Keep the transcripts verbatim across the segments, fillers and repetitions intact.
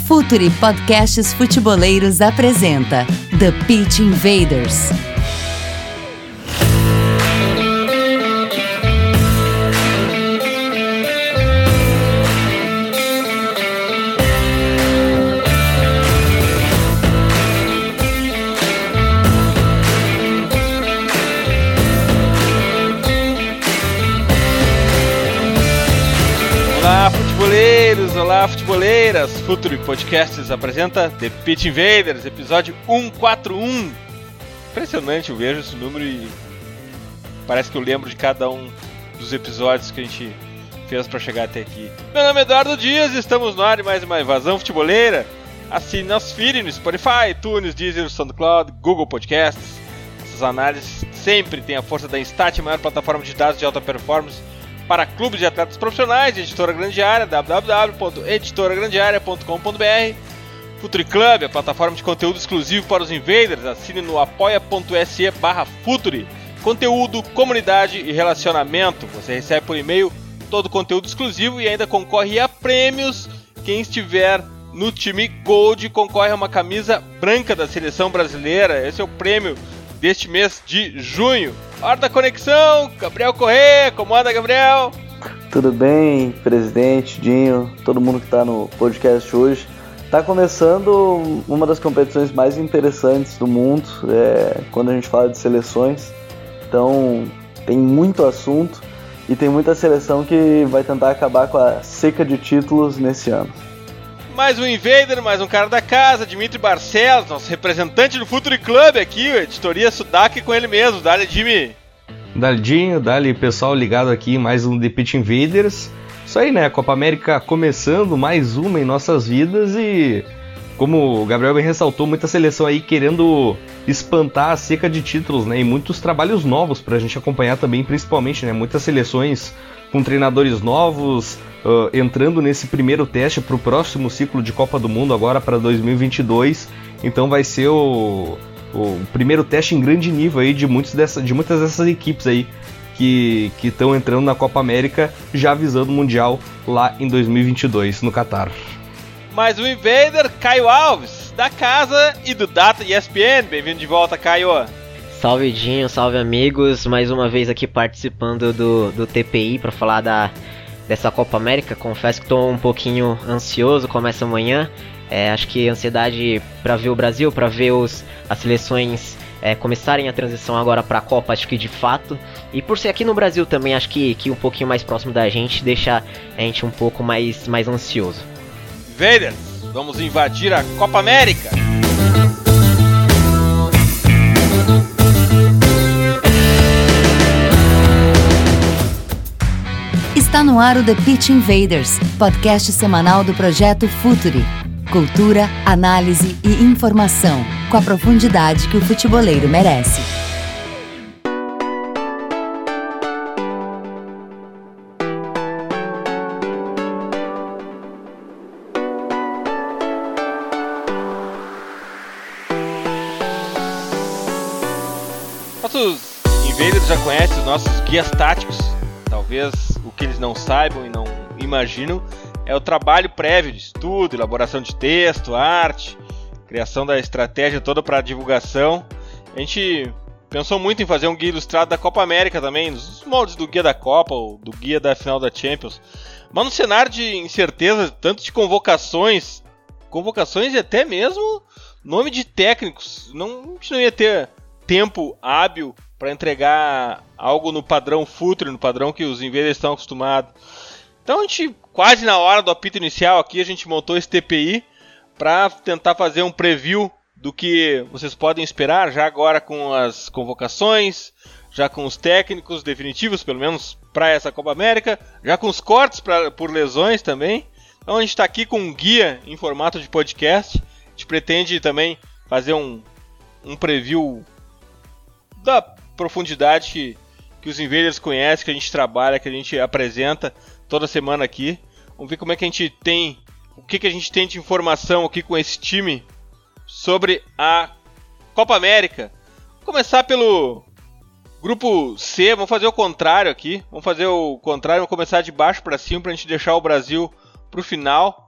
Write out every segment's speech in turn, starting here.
Futuri Podcasts Futeboleiros apresenta The Pitch Invaders. Olá, futeboleiros! Olá, futeboleiras! Futuri Podcasts apresenta The Pitch Invaders, episódio cento e quarenta e um. Impressionante, eu vejo esse número e parece que eu lembro de cada um dos episódios que a gente fez para chegar até aqui. Meu nome é Eduardo Dias e estamos no ar de mais uma invasão futeboleira. Assine nosso feed no Spotify, iTunes, Deezer, SoundCloud, Google Podcasts. Essas análises sempre têm a força da Instat, a maior plataforma de dados de alta performance para clubes de atletas profissionais, Editora Grande Área, w w w ponto editora grande área ponto com ponto b r. Futuri Club, a plataforma de conteúdo exclusivo para os invaders, assine no apoia.se barra Futuri. Conteúdo, comunidade e relacionamento. Você recebe por e-mail todo o conteúdo exclusivo e ainda concorre a prêmios. Quem estiver no time Gold concorre a uma camisa branca da seleção brasileira. Esse é o prêmio deste mês de junho. Hora da conexão, Gabriel Corrêa, como anda, Gabriel? Tudo bem, presidente, Dinho, todo mundo que está no podcast hoje. Está começando uma das competições mais interessantes do mundo, é, quando a gente fala de seleções. Então tem muito assunto e tem muita seleção que vai tentar acabar com a seca de títulos nesse ano. Mais um Invader, mais um cara da casa, Dimitri Barcelos, nosso representante do Futuri Club aqui, editoria Sudak com ele mesmo. Dale, Jimmy. Daldinho, dale pessoal ligado aqui, mais um The Pitch Invaders. Isso aí, né? A Copa América começando, mais uma em nossas vidas e, como o Gabriel bem ressaltou, muita seleção aí querendo espantar a seca de títulos, né? E muitos trabalhos novos pra gente acompanhar também, principalmente, né? Muitas seleções com treinadores novos, uh, entrando nesse primeiro teste para o próximo ciclo de Copa do Mundo, agora para dois mil e vinte e dois. Então vai ser o, o primeiro teste em grande nível aí de, muitos dessa, de muitas dessas equipes aí que estão entrando na Copa América, já visando o Mundial lá em dois mil e vinte e dois, no Catar. Mais um Invader, Caio Alves, da casa e do Data E S P N. Bem-vindo de volta, Caio. Salve Dinho, salve amigos, mais uma vez aqui participando do, do T P I para falar da, dessa Copa América. Confesso que estou um pouquinho ansioso, começa amanhã, é, acho que ansiedade para ver o Brasil, para ver os, as seleções é, começarem a transição agora para a Copa, acho que de fato, e por ser aqui no Brasil também, acho que, que um pouquinho mais próximo da gente, deixa a gente um pouco mais, mais ansioso. Invaders, vamos invadir a Copa América! Está no ar o The Pitch Invaders, podcast semanal do projeto Futuri. Cultura, análise e informação, com a profundidade que o futeboleiro merece. Nossos invaders já conhecem os nossos guias táticos. Talvez o que eles não saibam e não imaginam é o trabalho prévio de estudo, elaboração de texto, arte, criação da estratégia toda para divulgação. A gente pensou muito em fazer um guia ilustrado da Copa América também, nos moldes do guia da Copa ou do guia da final da Champions. Mas no cenário de incerteza, tanto de convocações, convocações e até mesmo nome de técnicos, não, a gente não ia ter tempo hábil para entregar algo no padrão Futuri, no padrão que os invaders estão acostumados. Então a gente, quase na hora do apito inicial aqui, a gente montou esse T P I para tentar fazer um preview do que vocês podem esperar, já agora com as convocações, já com os técnicos definitivos, pelo menos para essa Copa América, já com os cortes pra, por lesões também. Então a gente está aqui com um guia em formato de podcast. A gente pretende também fazer um, um preview da profundidade que, que os invaders conhecem, que a gente trabalha, que a gente apresenta toda semana aqui. Vamos ver como é que a gente tem, o que, que a gente tem de informação aqui com esse time sobre a Copa América. Vou começar pelo grupo C, vamos fazer o contrário aqui. Vamos fazer o contrário, vamos começar de baixo para cima para a gente deixar o Brasil para o final.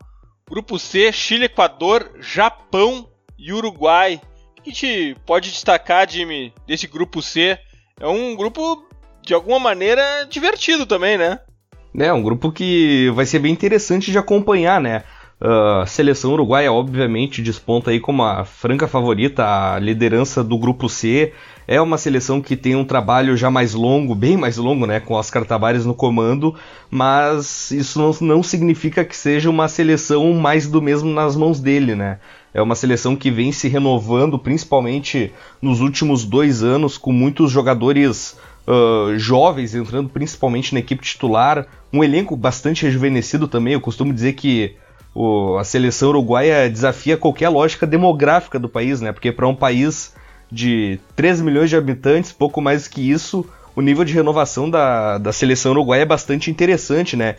Grupo C, Chile, Equador, Japão e Uruguai. O que a gente pode destacar, Jimmy, desse grupo C? É um grupo, de alguma maneira, divertido também, né? É, um grupo que vai ser bem interessante de acompanhar, né? A uh, seleção uruguaia, obviamente, desponta aí como a franca favorita, a liderança do grupo C. É uma seleção que tem um trabalho já mais longo, bem mais longo, né, com Oscar Tabares no comando, mas isso não, não significa que seja uma seleção mais do mesmo nas mãos dele, né? É uma seleção que vem se renovando, principalmente nos últimos dois anos, com muitos jogadores uh, jovens entrando principalmente na equipe titular, um elenco bastante rejuvenescido também. Eu costumo dizer que O, a seleção uruguaia desafia qualquer lógica demográfica do país, né? Porque para um país de três milhões de habitantes, pouco mais que isso, o nível de renovação da, da seleção uruguaia é bastante interessante, né?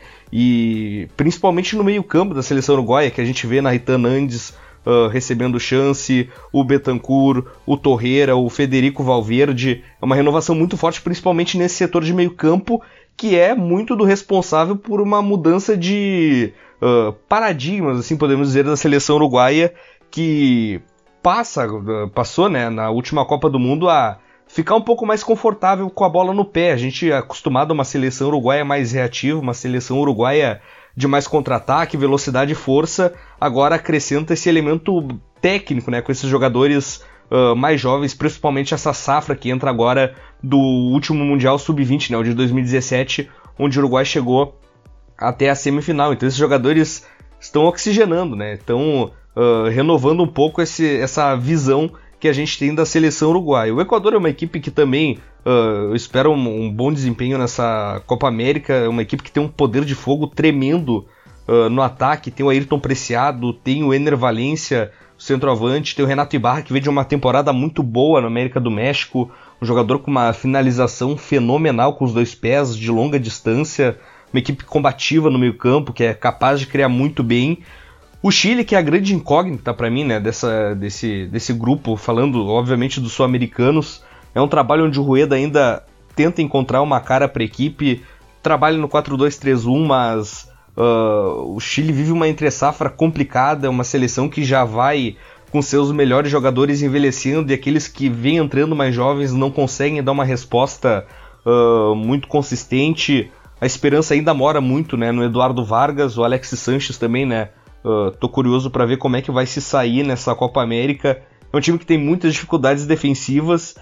E principalmente no meio-campo da seleção uruguaia, que a gente vê Naitan Andes uh, recebendo chance, o Betancur, o Torreira, o Federico Valverde. É uma renovação muito forte, principalmente nesse setor de meio-campo, que é muito do responsável por uma mudança de Uh, paradigmas, assim podemos dizer, da seleção uruguaia, que passa, uh, passou, né, na última Copa do Mundo a ficar um pouco mais confortável com a bola no pé. A gente é acostumado a uma seleção uruguaia mais reativa, uma seleção uruguaia de mais contra-ataque, velocidade e força. Agora acrescenta esse elemento técnico, né, com esses jogadores uh, mais jovens, principalmente essa safra que entra agora do último Mundial sub vinte, né, o de dois mil e dezessete, onde o Uruguai chegou até a semifinal. Então esses jogadores estão oxigenando, né? Estão uh, renovando um pouco esse, essa visão que a gente tem da seleção uruguaia. O Equador é uma equipe que também uh, eu espero um, um bom desempenho nessa Copa América. É uma equipe que tem um poder de fogo tremendo uh, no ataque. Tem o Ayrton Preciado, tem o Ener Valencia, o centroavante, tem o Renato Ibarra, que veio de uma temporada muito boa no América do México, um jogador com uma finalização fenomenal com os dois pés, de longa distância. Uma equipe combativa no meio campo, que é capaz de criar muito bem. O Chile, que é a grande incógnita para mim, né, dessa, desse, desse grupo, falando obviamente dos sul-americanos. É um trabalho onde o Rueda ainda tenta encontrar uma cara para a equipe, trabalha no quatro dois três um, mas uh, o Chile vive uma entre-safra complicada, uma seleção que já vai com seus melhores jogadores envelhecendo, e aqueles que vêm entrando mais jovens não conseguem dar uma resposta uh, muito consistente. A esperança ainda mora muito, né, no Eduardo Vargas, o Alexis Sanches também, né? Uh, tô curioso para ver como é que vai se sair nessa Copa América. É um time que tem muitas dificuldades defensivas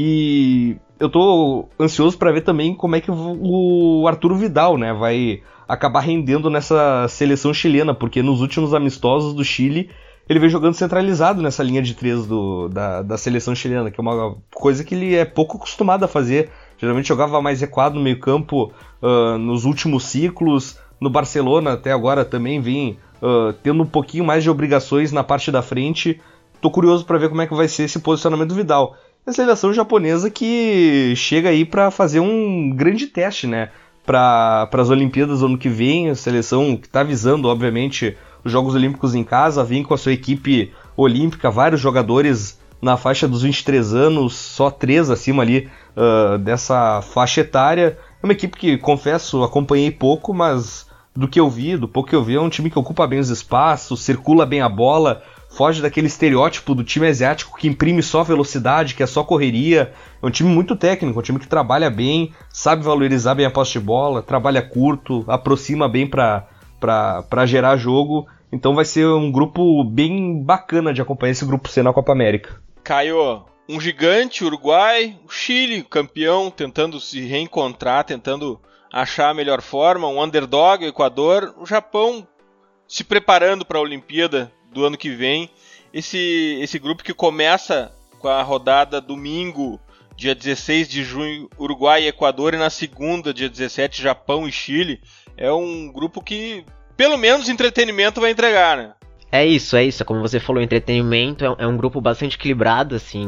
e eu tô ansioso para ver também como é que o Arturo Vidal, né, vai acabar rendendo nessa seleção chilena, porque nos últimos amistosos do Chile ele vem jogando centralizado nessa linha de três do, da, da seleção chilena, que é uma coisa que ele é pouco acostumado a fazer. Geralmente jogava mais recuado no meio campo uh, nos últimos ciclos. No Barcelona até agora também vem uh, tendo um pouquinho mais de obrigações na parte da frente. Tô curioso para ver como é que vai ser esse posicionamento do Vidal. A seleção japonesa que chega aí para fazer um grande teste, né, para as Olimpíadas do ano que vem. A seleção que está visando, obviamente, os Jogos Olímpicos em casa, vem com a sua equipe olímpica, vários jogadores na faixa dos vinte e três anos, só três acima ali uh, dessa faixa etária. É uma equipe que, confesso, acompanhei pouco, mas do que eu vi, do pouco que eu vi, é um time que ocupa bem os espaços, circula bem a bola, foge daquele estereótipo do time asiático que imprime só velocidade, que é só correria. É um time muito técnico, um time que trabalha bem, sabe valorizar bem a posse de bola, trabalha curto, aproxima bem para para gerar jogo. Então vai ser um grupo bem bacana de acompanhar, esse grupo C na Copa América. Caio, um gigante, Uruguai, o Chile, campeão, tentando se reencontrar, tentando achar a melhor forma, um underdog, o Equador, o Japão se preparando para a Olimpíada do ano que vem. Esse, esse grupo que começa com a rodada domingo, dia dezesseis de junho, Uruguai e Equador, e na segunda, dia dezessete, Japão e Chile. É um grupo que, pelo menos, entretenimento vai entregar, né? É isso, é isso. Como você falou, entretenimento é, é um grupo bastante equilibrado, assim.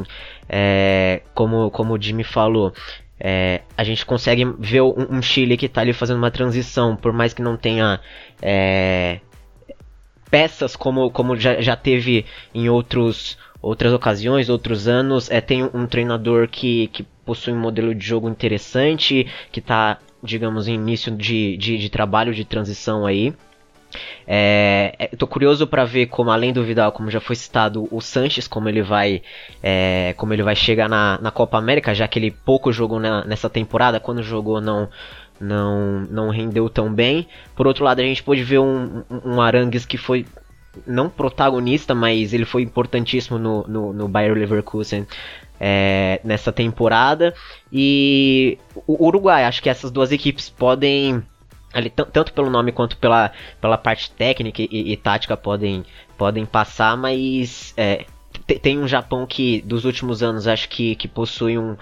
É, como, como o Jimmy falou, é, a gente consegue ver um, um Chile que está ali fazendo uma transição, por mais que não tenha é, peças como, como já, já teve em outros, outras ocasiões, outros anos. É, tem um, um treinador que, que possui um modelo de jogo interessante, que está, digamos, em início de, de, de trabalho de transição aí. É, eu tô curioso para ver como, além do Vidal, como já foi citado, o Sanches, como ele vai, é, como ele vai chegar na, na Copa América, já que ele pouco jogou na, nessa temporada, quando jogou não, não, não rendeu tão bem. Por outro lado, a gente pôde ver um, um, um Arangues que foi não protagonista, mas ele foi importantíssimo no, no, no Bayer Leverkusen é, nessa temporada. E o Uruguai, acho que essas duas equipes podem... Ali, t- tanto pelo nome quanto pela, pela parte técnica e, e tática podem, podem passar, mas é, t- tem um Japão que dos últimos anos acho que, que possui um,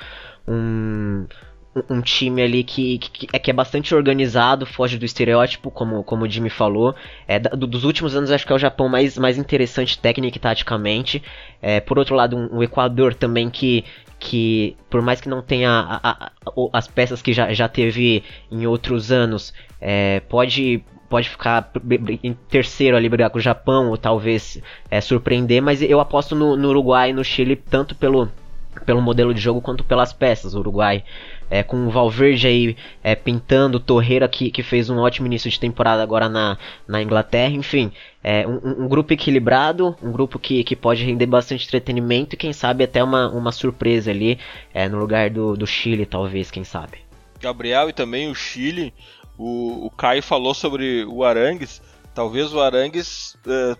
um, um time ali que, que, que é bastante organizado, foge do estereótipo, como, como o Jimmy falou. É, do, dos últimos anos acho que é o Japão mais, mais interessante técnica e taticamente. É, por outro lado, um, um Equador também que... que por mais que não tenha a, a, a, as peças que já, já teve em outros anos, é, pode, pode ficar em terceiro ali, brigar com o Japão, ou talvez é, surpreender, mas eu aposto no, no Uruguai e no Chile, tanto pelo, pelo modelo de jogo quanto pelas peças. O Uruguai é, com o Valverde aí é, pintando, Torreira que, que fez um ótimo início de temporada agora na, na Inglaterra, enfim, é um, um grupo equilibrado, um grupo que, que pode render bastante entretenimento e quem sabe até uma, uma surpresa ali é, no lugar do, do Chile, talvez, quem sabe. Gabriel, e também o Chile, o, o Caio falou sobre o Arangues, talvez o Arangues uh,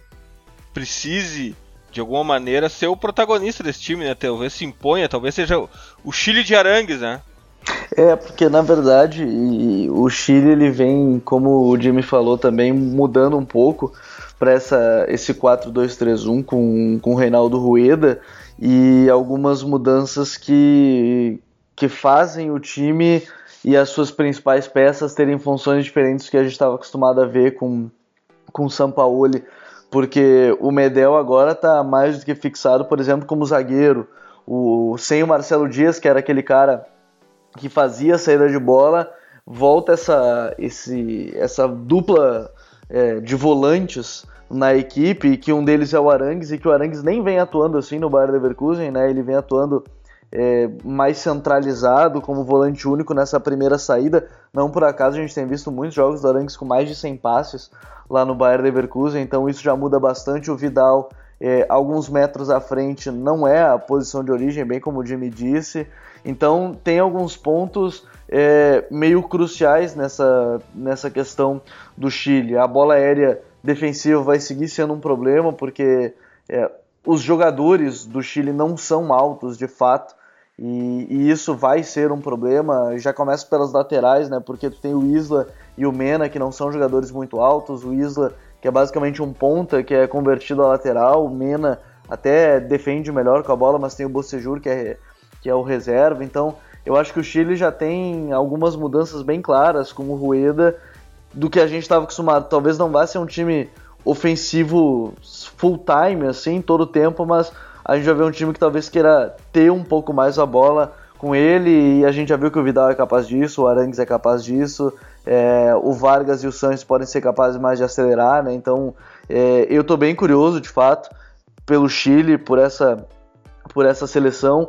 precise de alguma maneira ser o protagonista desse time, né? Talvez se imponha, talvez seja o, o Chile de Arangues, né? É, porque na verdade e, o Chile ele vem, como o Jimmy falou também, mudando um pouco para essa esse quatro dois três um com, com o Reinaldo Rueda e algumas mudanças que, que fazem o time e as suas principais peças terem funções diferentes do que a gente estava acostumado a ver com, com o Sampaoli, porque o Medel agora está mais do que fixado, por exemplo, como zagueiro, o, sem o Marcelo Dias, que era aquele cara que fazia a saída de bola, volta essa, esse, essa dupla é, de volantes na equipe, e que um deles é o Arangues, e que o Arangues nem vem atuando assim no Bayer Leverkusen, né? Ele vem atuando é, mais centralizado, como volante único nessa primeira saída. Não por acaso a gente tem visto muitos jogos do Arangues com mais de cem passes lá no Bayer Leverkusen, então isso já muda bastante. O Vidal, é, alguns metros à frente, não é a posição de origem, bem como o Jimmy disse. Então tem alguns pontos é, meio cruciais nessa, nessa questão do Chile. A bola aérea defensiva vai seguir sendo um problema, porque é, os jogadores do Chile não são altos de fato, e, e isso vai ser um problema. Já começa pelas laterais, né, porque tu tem o Isla e o Mena, que não são jogadores muito altos. O Isla, que é basicamente um ponta, que é convertido a lateral. O Mena até defende melhor com a bola, mas tem o Bocejur, que é... que é o reserva. Então eu acho que o Chile já tem algumas mudanças bem claras com o Rueda do que a gente estava acostumado. Talvez não vá ser um time ofensivo full time, assim, todo o tempo, mas a gente já vê um time que talvez queira ter um pouco mais a bola com ele, e a gente já viu que o Vidal é capaz disso, o Arangues é capaz disso, é, o Vargas e o Sanches podem ser capazes mais de acelerar, né? Então é, eu estou bem curioso, de fato, pelo Chile, por essa... por essa seleção,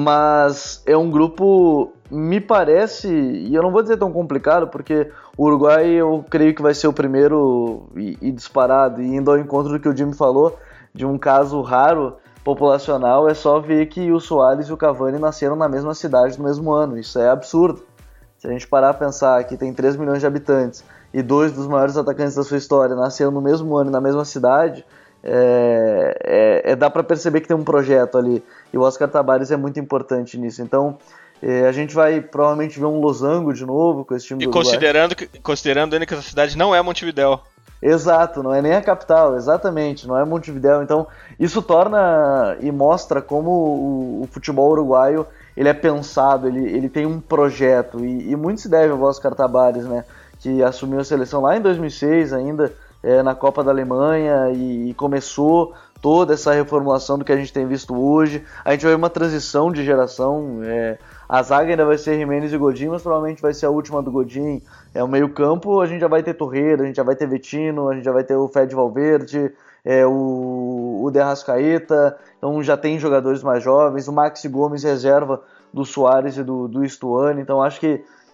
mas é um grupo, me parece, e eu não vou dizer tão complicado, porque o Uruguai eu creio que vai ser o primeiro e, e disparado, e indo ao encontro do que o Jimmy falou, de um caso raro populacional, é só ver que o Soares e o Cavani nasceram na mesma cidade no mesmo ano. Isso é absurdo. Se a gente parar a pensar que tem três milhões de habitantes e dois dos maiores atacantes da sua história nasceram no mesmo ano e na mesma cidade, É, é, é, dá para perceber que tem um projeto ali, e o Oscar Tabárez é muito importante nisso. Então é, a gente vai provavelmente ver um losango de novo com esse time e do considerando que, considerando ainda que essa cidade não é Montevidéu. Exato, não é nem a capital, exatamente, não é Montevidéu. Então isso torna e mostra como o, o futebol uruguaio ele é pensado, ele, ele tem um projeto, e, e muito se deve ao Oscar Tabárez, né, que assumiu a seleção lá em dois mil e seis ainda, É, na Copa da Alemanha, e, e começou toda essa reformulação do que a gente tem visto hoje. A gente vai ver uma transição de geração. É, a zaga ainda vai ser Jimenez e Godin, mas provavelmente vai ser a última do Godin. É, o meio campo a gente já vai ter Torreira, a gente já vai ter Vetino, a gente já vai ter o Fede Valverde, é, o, o De Arrascaeta. Então já tem jogadores mais jovens. O Maxi Gomes, reserva do Soares e do, do Stuani. Então acho que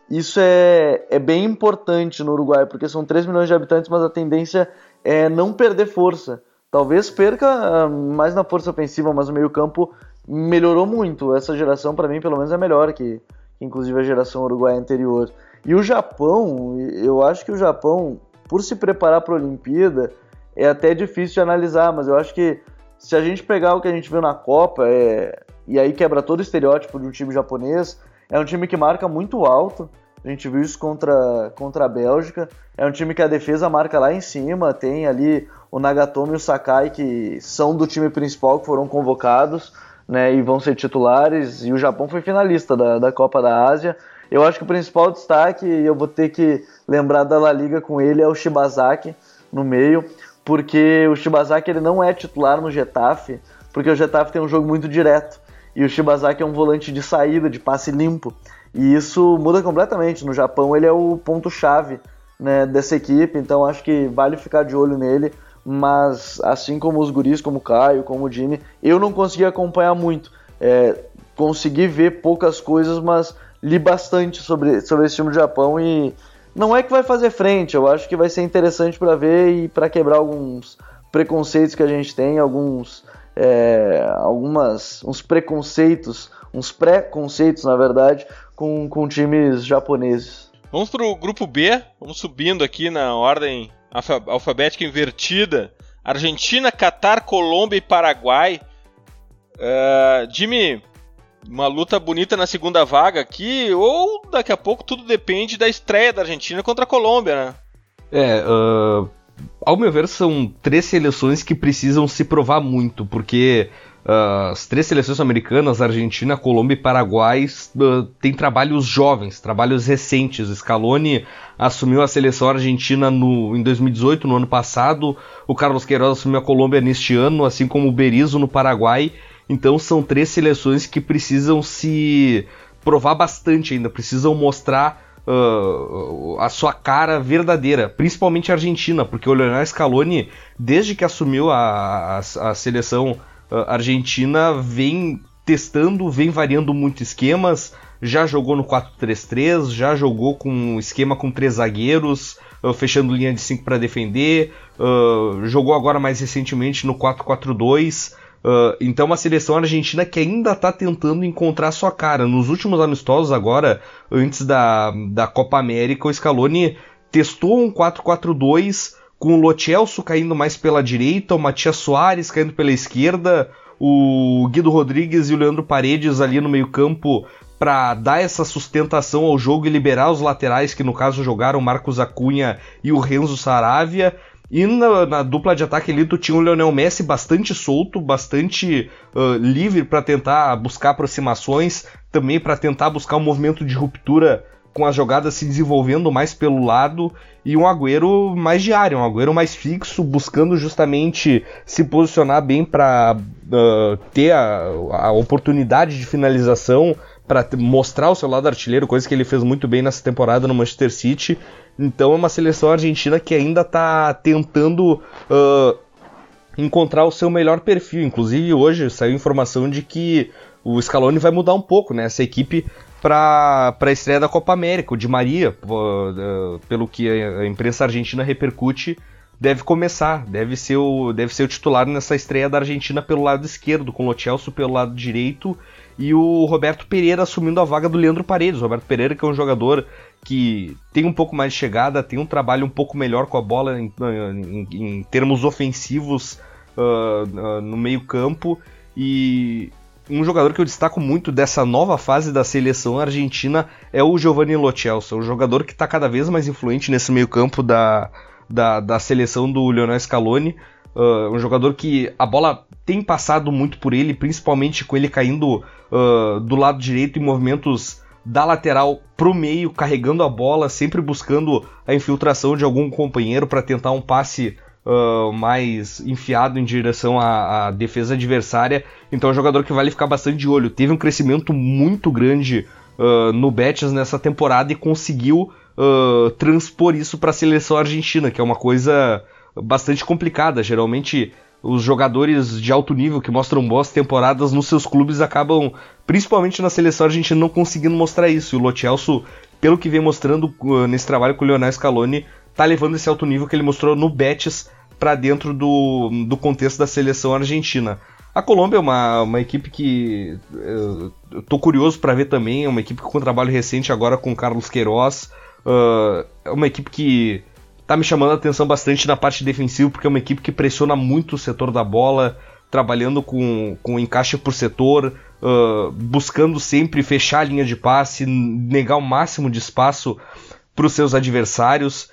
isso é, é bem importante no Uruguai, porque são três milhões de habitantes, mas a tendência é não perder força. Talvez perca mais na força ofensiva, mas o meio-campo melhorou muito. Essa geração, para mim, pelo menos é melhor que, que inclusive a geração uruguaia anterior. E o Japão, eu acho que o Japão, por se preparar para a Olimpíada, é até difícil de analisar, mas eu acho que se a gente pegar o que a gente viu na Copa, é, e aí quebra todo o estereótipo de um time japonês, é um time que marca muito alto. A gente viu isso contra, contra a Bélgica. É um time que a defesa marca lá em cima. Tem ali o Nagatomo e o Sakai, que são do time principal, que foram convocados, né, e vão ser titulares. E o Japão foi finalista da, da Copa da Ásia. Eu acho que o principal destaque, e eu vou ter que lembrar da La Liga com ele, é o Shibazaki no meio. Porque o Shibazaki ele não é titular no Getafe, porque o Getafe tem um jogo muito direto. E o Shibazaki é um volante de saída, de passe limpo. E isso muda completamente. No Japão ele é o ponto-chave, né, dessa equipe, então acho que vale ficar de olho nele. Mas assim como os guris, como o Caio, como o Jimmy, eu não consegui acompanhar muito. É, consegui ver poucas coisas, mas li bastante sobre, sobre esse time do Japão e não é que vai fazer frente. Eu acho que vai ser interessante para ver e para quebrar alguns preconceitos que a gente tem, alguns, é, algumas, uns preconceitos, uns pré-conceitos, na verdade, com, com times japoneses. Vamos para o grupo B, vamos subindo aqui na ordem alfabética invertida. Argentina, Catar, Colômbia e Paraguai. Uh, Jimmy, uma luta bonita na segunda vaga aqui, ou daqui a pouco tudo depende da estreia da Argentina contra a Colômbia, né? É, uh, ao meu ver são três seleções que precisam se provar muito, porque uh, as três seleções americanas, Argentina, Colômbia e Paraguai, uh, têm trabalhos jovens, trabalhos recentes. O Scaloni assumiu a seleção argentina no, em dois mil e dezoito, no ano passado, o Carlos Queiroz assumiu a Colômbia neste ano, assim como o Berizzo no Paraguai. Então são três seleções que precisam se provar bastante ainda, precisam mostrar uh, a sua cara verdadeira, principalmente a Argentina, porque o Lionel Scaloni, desde que assumiu a, a, a seleção uh, argentina, vem testando, vem variando muito esquemas, já jogou no quatro três três, já jogou com um esquema com três zagueiros, uh, fechando linha de cinco para defender, uh, jogou agora mais recentemente no quatro quatro dois. Uh, então uma seleção argentina que ainda está tentando encontrar sua cara. Nos últimos amistosos agora, antes da, da Copa América, o Scaloni testou um quatro quatro dois com o Lo Celso caindo mais pela direita, o Matias Soares caindo pela esquerda, o Guido Rodrigues e o Leandro Paredes ali no meio campo para dar essa sustentação ao jogo e liberar os laterais, que no caso jogaram Marcos Acunha e o Renzo Saravia. E na, na dupla de ataque ali tu tinha o Lionel Messi bastante solto, bastante uh, livre para tentar buscar aproximações, também para tentar buscar um movimento de ruptura com as jogadas se desenvolvendo mais pelo lado, e um Agüero mais de área, um Agüero mais fixo, buscando justamente se posicionar bem para uh, ter a, a oportunidade de finalização, para mostrar o seu lado artilheiro, coisa que ele fez muito bem nessa temporada no Manchester City. Então é uma seleção argentina que ainda está tentando uh, encontrar o seu melhor perfil. Inclusive hoje saiu informação de que o Scaloni vai mudar um pouco, né, essa equipe para a estreia da Copa América. O Di Maria, uh, uh, pelo que a imprensa argentina repercute, deve começar, deve ser, o, deve ser o titular nessa estreia da Argentina pelo lado esquerdo, com o Lo Celso pelo lado direito e o Roberto Pereira assumindo a vaga do Leandro Paredes. O Roberto Pereira, que é um jogador que tem um pouco mais de chegada, tem um trabalho um pouco melhor com a bola em, em, em termos ofensivos uh, uh, no meio campo, e um jogador que eu destaco muito dessa nova fase da seleção argentina é o Giovanni Lo Celso, um jogador que está cada vez mais influente nesse meio campo da, da, da seleção do Lionel Scaloni. Uh, um jogador que a bola tem passado muito por ele, principalmente com ele caindo uh, do lado direito em movimentos da lateral pro meio, carregando a bola, sempre buscando a infiltração de algum companheiro para tentar um passe uh, mais enfiado em direção à, à defesa adversária. Então é um jogador que vale ficar bastante de olho. Teve um crescimento muito grande uh, no Betis nessa temporada e conseguiu uh, transpor isso para a seleção argentina, que é uma coisa bastante complicada. Geralmente os jogadores de alto nível que mostram boas temporadas nos seus clubes acabam, principalmente na seleção argentina, não conseguindo mostrar isso. E o Lo Celso pelo que vem mostrando uh, nesse trabalho com o Lionel Scaloni, tá levando esse alto nível que ele mostrou no Betis para dentro do, do contexto da seleção argentina. A Colômbia é uma, uma equipe que uh, eu tô curioso para ver também, é uma equipe com um trabalho recente agora com o Carlos Queiroz, uh, é uma equipe que tá me chamando a atenção bastante na parte defensiva, porque é uma equipe que pressiona muito o setor da bola, trabalhando com, com encaixe por setor, uh, buscando sempre fechar a linha de passe, negar o máximo de espaço para os seus adversários,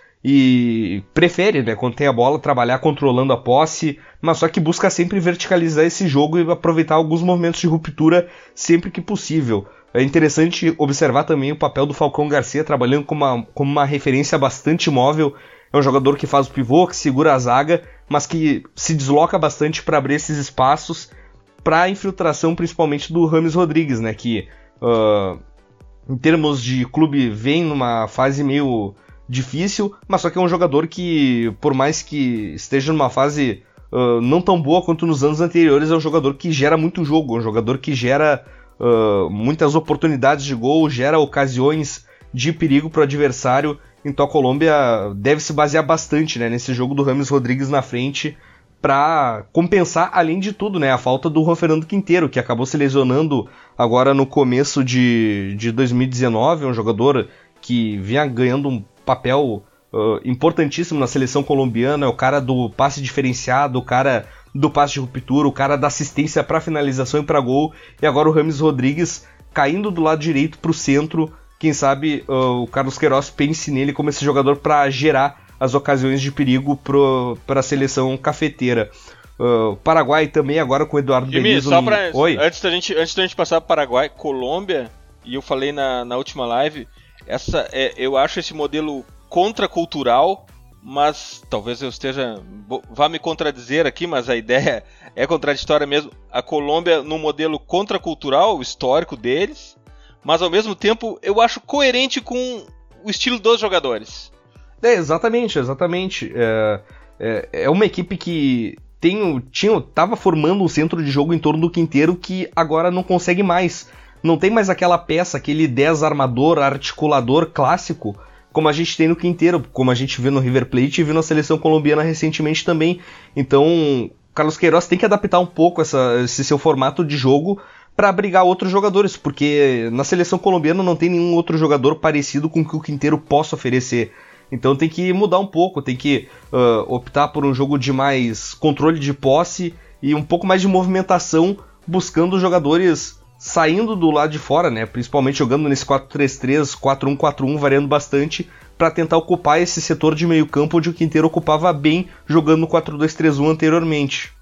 e prefere, né, quando tem a bola, trabalhar controlando a posse, mas só que busca sempre verticalizar esse jogo e aproveitar alguns movimentos de ruptura sempre que possível. É interessante observar também o papel do Falcão Garcia trabalhando como uma, como uma referência bastante móvel. É um jogador que faz o pivô, que segura a zaga, mas que se desloca bastante para abrir esses espaços para a infiltração principalmente do James Rodrigues, né, que uh, em termos de clube vem numa fase meio difícil, mas só que é um jogador que, por mais que esteja numa fase uh, não tão boa quanto nos anos anteriores, é um jogador que gera muito jogo, é um jogador que gera uh, muitas oportunidades de gol, gera ocasiões de perigo para o adversário. Então a Colômbia deve se basear bastante, né, nesse jogo do James Rodrigues na frente para compensar, além de tudo, né, a falta do Juan Fernando Quinteiro, que acabou se lesionando agora no começo de, de dois mil e dezenove, é um jogador que vinha ganhando um papel uh, importantíssimo na seleção colombiana, é o cara do passe diferenciado, o cara do passe de ruptura, o cara da assistência para finalização e para gol, e agora o James Rodrigues caindo do lado direito para o centro. Quem sabe uh, o Carlos Queiroz pense nele como esse jogador para gerar as ocasiões de perigo para a seleção cafeteira. Uh, Paraguai também agora com o Eduardo Berizzo. Só pra, Oi? Antes, da gente, antes da gente passar para o Paraguai, Colômbia, e eu falei na, na última live, essa é, eu acho esse modelo contracultural, mas talvez eu esteja... vá me contradizer aqui, mas a ideia é contraditória mesmo. A Colômbia num modelo contracultural, o histórico deles, mas ao mesmo tempo eu acho coerente com o estilo dos jogadores. É, exatamente, exatamente. É, é, é uma equipe que tem, tinha, tava formando um centro de jogo em torno do Quinteiro que agora não consegue mais. Não tem mais aquela peça, aquele dez armador, articulador clássico, como a gente tem no Quinteiro, como a gente viu no River Plate e viu na seleção colombiana recentemente também. Então, Carlos Queiroz tem que adaptar um pouco essa, esse seu formato de jogo para abrigar outros jogadores, porque na seleção colombiana não tem nenhum outro jogador parecido com o que o Quinteiro possa oferecer. Então tem que mudar um pouco, tem que uh, optar por um jogo de mais controle de posse e um pouco mais de movimentação, buscando jogadores saindo do lado de fora, né? Principalmente jogando nesse quatro três três, quatro um quatro um, variando bastante, para tentar ocupar esse setor de meio campo onde o Quinteiro ocupava bem jogando no quatro dois três um anteriormente.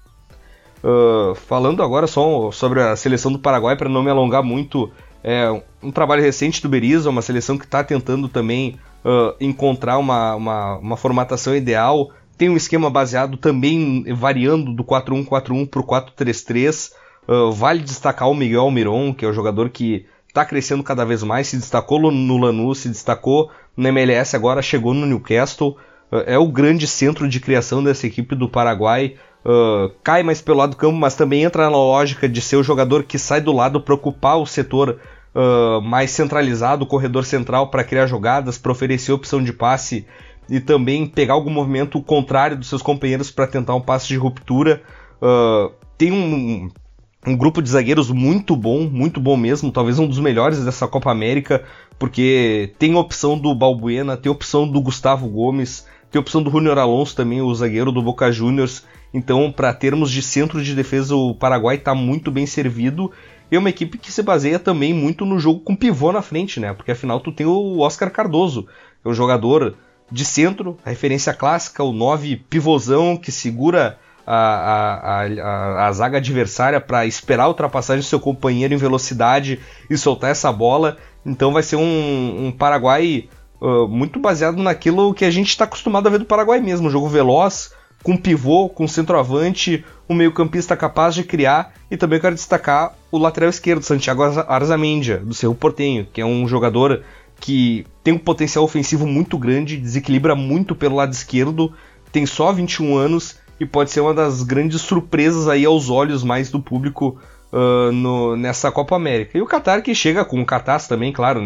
Uh, falando agora só sobre a seleção do Paraguai, para não me alongar muito, é um trabalho recente do Berizzo, uma seleção que está tentando também uh, encontrar uma, uma, uma formatação ideal. Tem um esquema baseado também variando do quatro um quatro um para o quatro três três. Uh, vale destacar o Miguel Almiron, que é um jogador que está crescendo cada vez mais, se destacou no Lanús, se destacou no M L S, agora chegou no Newcastle, uh, é o grande centro de criação dessa equipe do Paraguai, uh, cai mais pelo lado do campo, mas também entra na lógica de ser o jogador que sai do lado para ocupar o setor uh, mais centralizado, o corredor central, para criar jogadas, para oferecer opção de passe e também pegar algum movimento contrário dos seus companheiros para tentar um passe de ruptura. Uh, tem um... Um grupo de zagueiros muito bom, muito bom mesmo, talvez um dos melhores dessa Copa América, porque tem a opção do Balbuena, tem a opção do Gustavo Gomes, tem a opção do Júnior Alonso também, o zagueiro do Boca Juniors. Então, para termos de centro de defesa, o Paraguai está muito bem servido. E é uma equipe que se baseia também muito no jogo com pivô na frente, né? Porque afinal tu tem o Oscar Cardoso, que é um jogador de centro, a referência clássica, o nove pivôzão que segura A, a, a, a zaga adversária para esperar a ultrapassagem do seu companheiro em velocidade e soltar essa bola. Então vai ser um, um Paraguai uh, muito baseado naquilo que a gente está acostumado a ver do Paraguai mesmo, um jogo veloz, com pivô, com centroavante, um meio campista capaz de criar. E também quero destacar o lateral esquerdo, Santiago Arzamendia, do Cerro Porteño, que é um jogador que tem um potencial ofensivo muito grande, desequilibra muito pelo lado esquerdo, tem só vinte e um anos e pode ser uma das grandes surpresas aí aos olhos mais do público uh, no, nessa Copa América. E o Qatar que chega com o Qatar também, claro, né?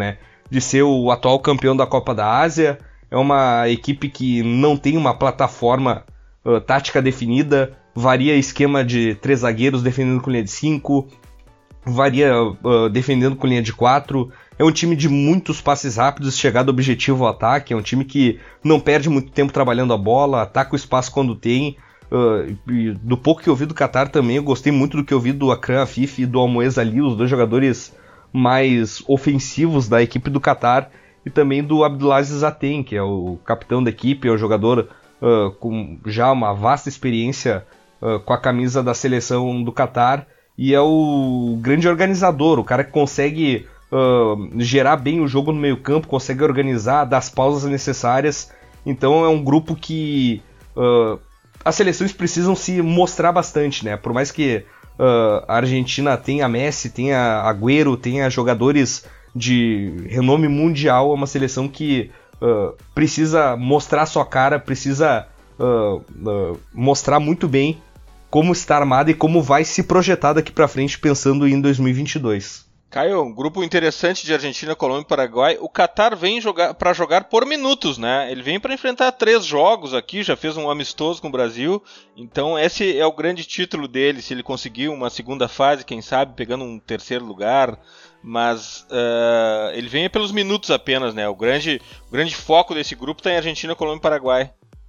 de ser o atual campeão da Copa da Ásia. É uma equipe que não tem uma plataforma uh, tática definida, varia esquema de três zagueiros defendendo com linha de cinco, varia uh, defendendo com linha de quatro. É um time de muitos passes rápidos, chegar do objetivo ao ataque. É um time que não perde muito tempo trabalhando a bola, ataca o espaço quando tem. Uh, e do pouco que eu vi do Qatar também, eu gostei muito do que eu vi do Akram Afif e do Almoez Ali, os dois jogadores mais ofensivos da equipe do Qatar, e também do Abdulaziz Atem, que é o capitão da equipe, é um jogador uh, com já uma vasta experiência uh, com a camisa da seleção do Qatar, e é o grande organizador, o cara que consegue Uh, gerar bem o jogo no meio campo, consegue organizar, dar as pausas necessárias. Então é um grupo que uh, as seleções precisam se mostrar bastante, né? Por mais que uh, a Argentina tenha Messi, tenha Agüero, tenha jogadores de renome mundial, é uma seleção que uh, precisa mostrar sua cara, precisa uh, uh, mostrar muito bem como está armada e como vai se projetar daqui para frente pensando em dois mil e vinte e dois. Caio, um grupo interessante de Argentina, Colômbia e Paraguai. O Qatar vem jogar, para jogar por minutos, né? Ele vem para enfrentar três jogos aqui, já fez um amistoso com o Brasil. Então esse é o grande título dele, se ele conseguir uma segunda fase, quem sabe, pegando um terceiro lugar. Mas uh, ele vem pelos minutos apenas, né? O grande, o grande foco desse grupo está em Argentina, Colômbia e Paraguai.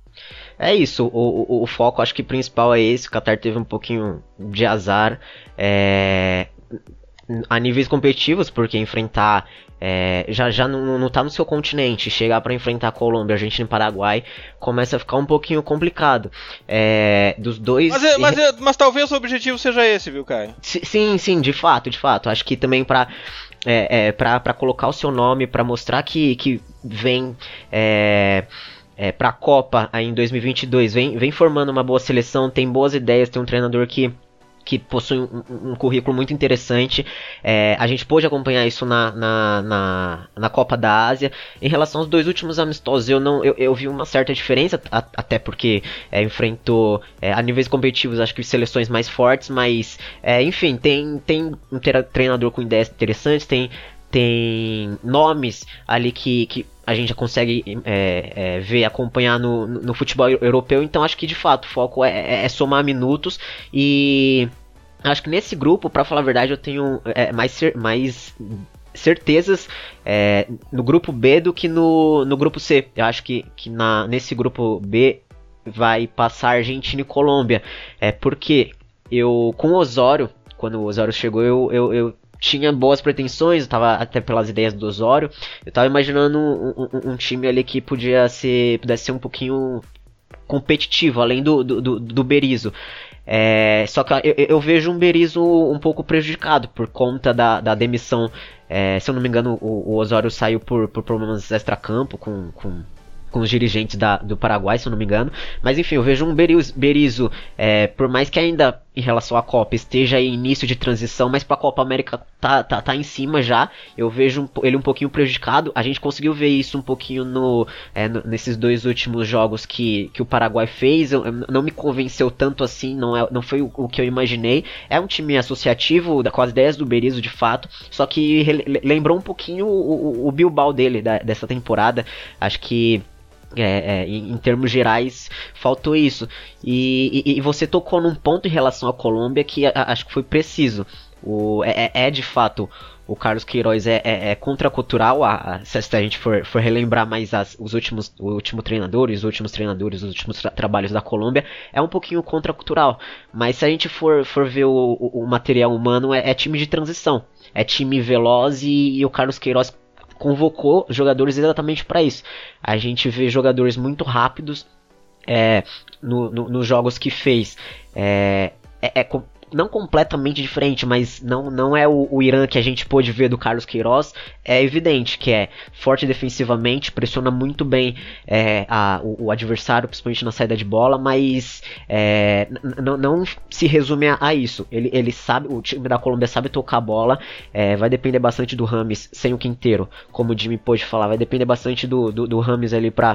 É isso, o, o, o foco acho que principal é esse. O Qatar teve um pouquinho de azar é... a níveis competitivos, porque enfrentar é, já, já não, não tá no seu continente, chegar para enfrentar a Colômbia, Argentina e Paraguai começa a ficar um pouquinho complicado. É, dos dois. Mas, é, mas, é, mas talvez o objetivo seja esse, viu, Caio? Sim, sim, de fato, de fato. Acho que também para é, é, para colocar o seu nome, para mostrar que, que vem. É, É, para a Copa aí em dois mil e vinte e dois, vem, vem formando uma boa seleção, tem boas ideias, tem um treinador que, que possui um, um, um currículo muito interessante. É, a gente pôde acompanhar isso na, na, na, na Copa da Ásia. Em relação aos dois últimos amistosos, eu, não, eu, eu vi uma certa diferença, a, até porque é, enfrentou é, a níveis competitivos, acho que seleções mais fortes, mas é, enfim, tem, tem um treinador com ideias interessantes, tem, tem nomes ali que... que a gente já consegue é, é, ver, acompanhar no, no futebol europeu. Então acho que de fato o foco é, é somar minutos. E acho que nesse grupo, pra falar a verdade, eu tenho é, mais, cer- mais certezas é, no grupo B do que no, no grupo C. Eu acho que, que na, nesse grupo B vai passar Argentina e Colômbia. É porque eu, com o Osório, quando o Osório chegou, eu... eu, eu tinha boas pretensões, eu tava até pelas ideias do Osório, eu tava imaginando um, um, um time ali que podia ser, pudesse ser um pouquinho competitivo, além do, do, do, do Berizzo. É, só que eu, eu vejo um Berizzo um pouco prejudicado por conta da, da demissão. É, se eu não me engano, o, o Osório saiu por, por problemas extracampo com... com com os dirigentes da, do Paraguai, se eu não me engano. Mas enfim, eu vejo um Berizzo, Berizzo é, por mais que ainda em relação à Copa esteja em início de transição, mas para a Copa América tá, tá, tá em cima já. Eu vejo um, ele um pouquinho prejudicado. A gente conseguiu ver isso um pouquinho no, é, no, nesses dois últimos jogos que, que o Paraguai fez. Eu, não me convenceu tanto assim, não, é, não foi o, o que eu imaginei. É um time associativo, com as ideias do Berizzo de fato, só que re, lembrou um pouquinho o, o, o Bilbao dele, da, dessa temporada. Acho que É, é, em, em termos gerais, faltou isso. E, e, e você tocou num ponto em relação à Colômbia que a, acho que foi preciso. O, é, é de fato, o Carlos Queiroz é, é, é contracultural. A, a, se a gente for, for relembrar mais as, os últimos o último treinadores, os últimos treinadores, os últimos tra- trabalhos da Colômbia, é um pouquinho contracultural. Mas se a gente for, for ver o, o, o material humano, é, é time de transição, é time veloz e, e o Carlos Queiroz convocou jogadores exatamente para isso. A gente vê jogadores muito rápidos é, no, no, nos jogos que fez. É, é, é não completamente diferente, mas não, não é o, o Irã que a gente pôde ver do Carlos Queiroz. É evidente que é forte defensivamente, pressiona muito bem é, a, o, o adversário, principalmente na saída de bola, mas é, n- n- não se resume a, a isso. Ele, ele sabe, o time da Colômbia sabe tocar a bola, é, vai depender bastante do Rames sem o Quinteiro, como o Jimmy pôde falar, vai depender bastante do, do, do Rames ali para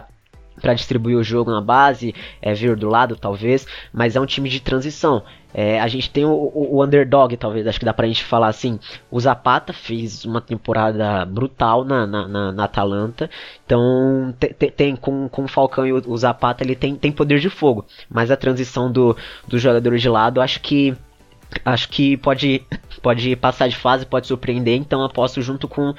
para distribuir o jogo na base, é, vir do lado talvez, mas é um time de transição. É, a gente tem o, o, o underdog, talvez, acho que dá pra gente falar assim. O Zapata fez uma temporada brutal na, na, na, na Atalanta, então tem, tem com, com o Falcão e o, o Zapata ele tem, tem poder de fogo, mas a transição do, do jogador de lado acho que acho que pode, pode passar de fase, pode surpreender, então aposto junto com,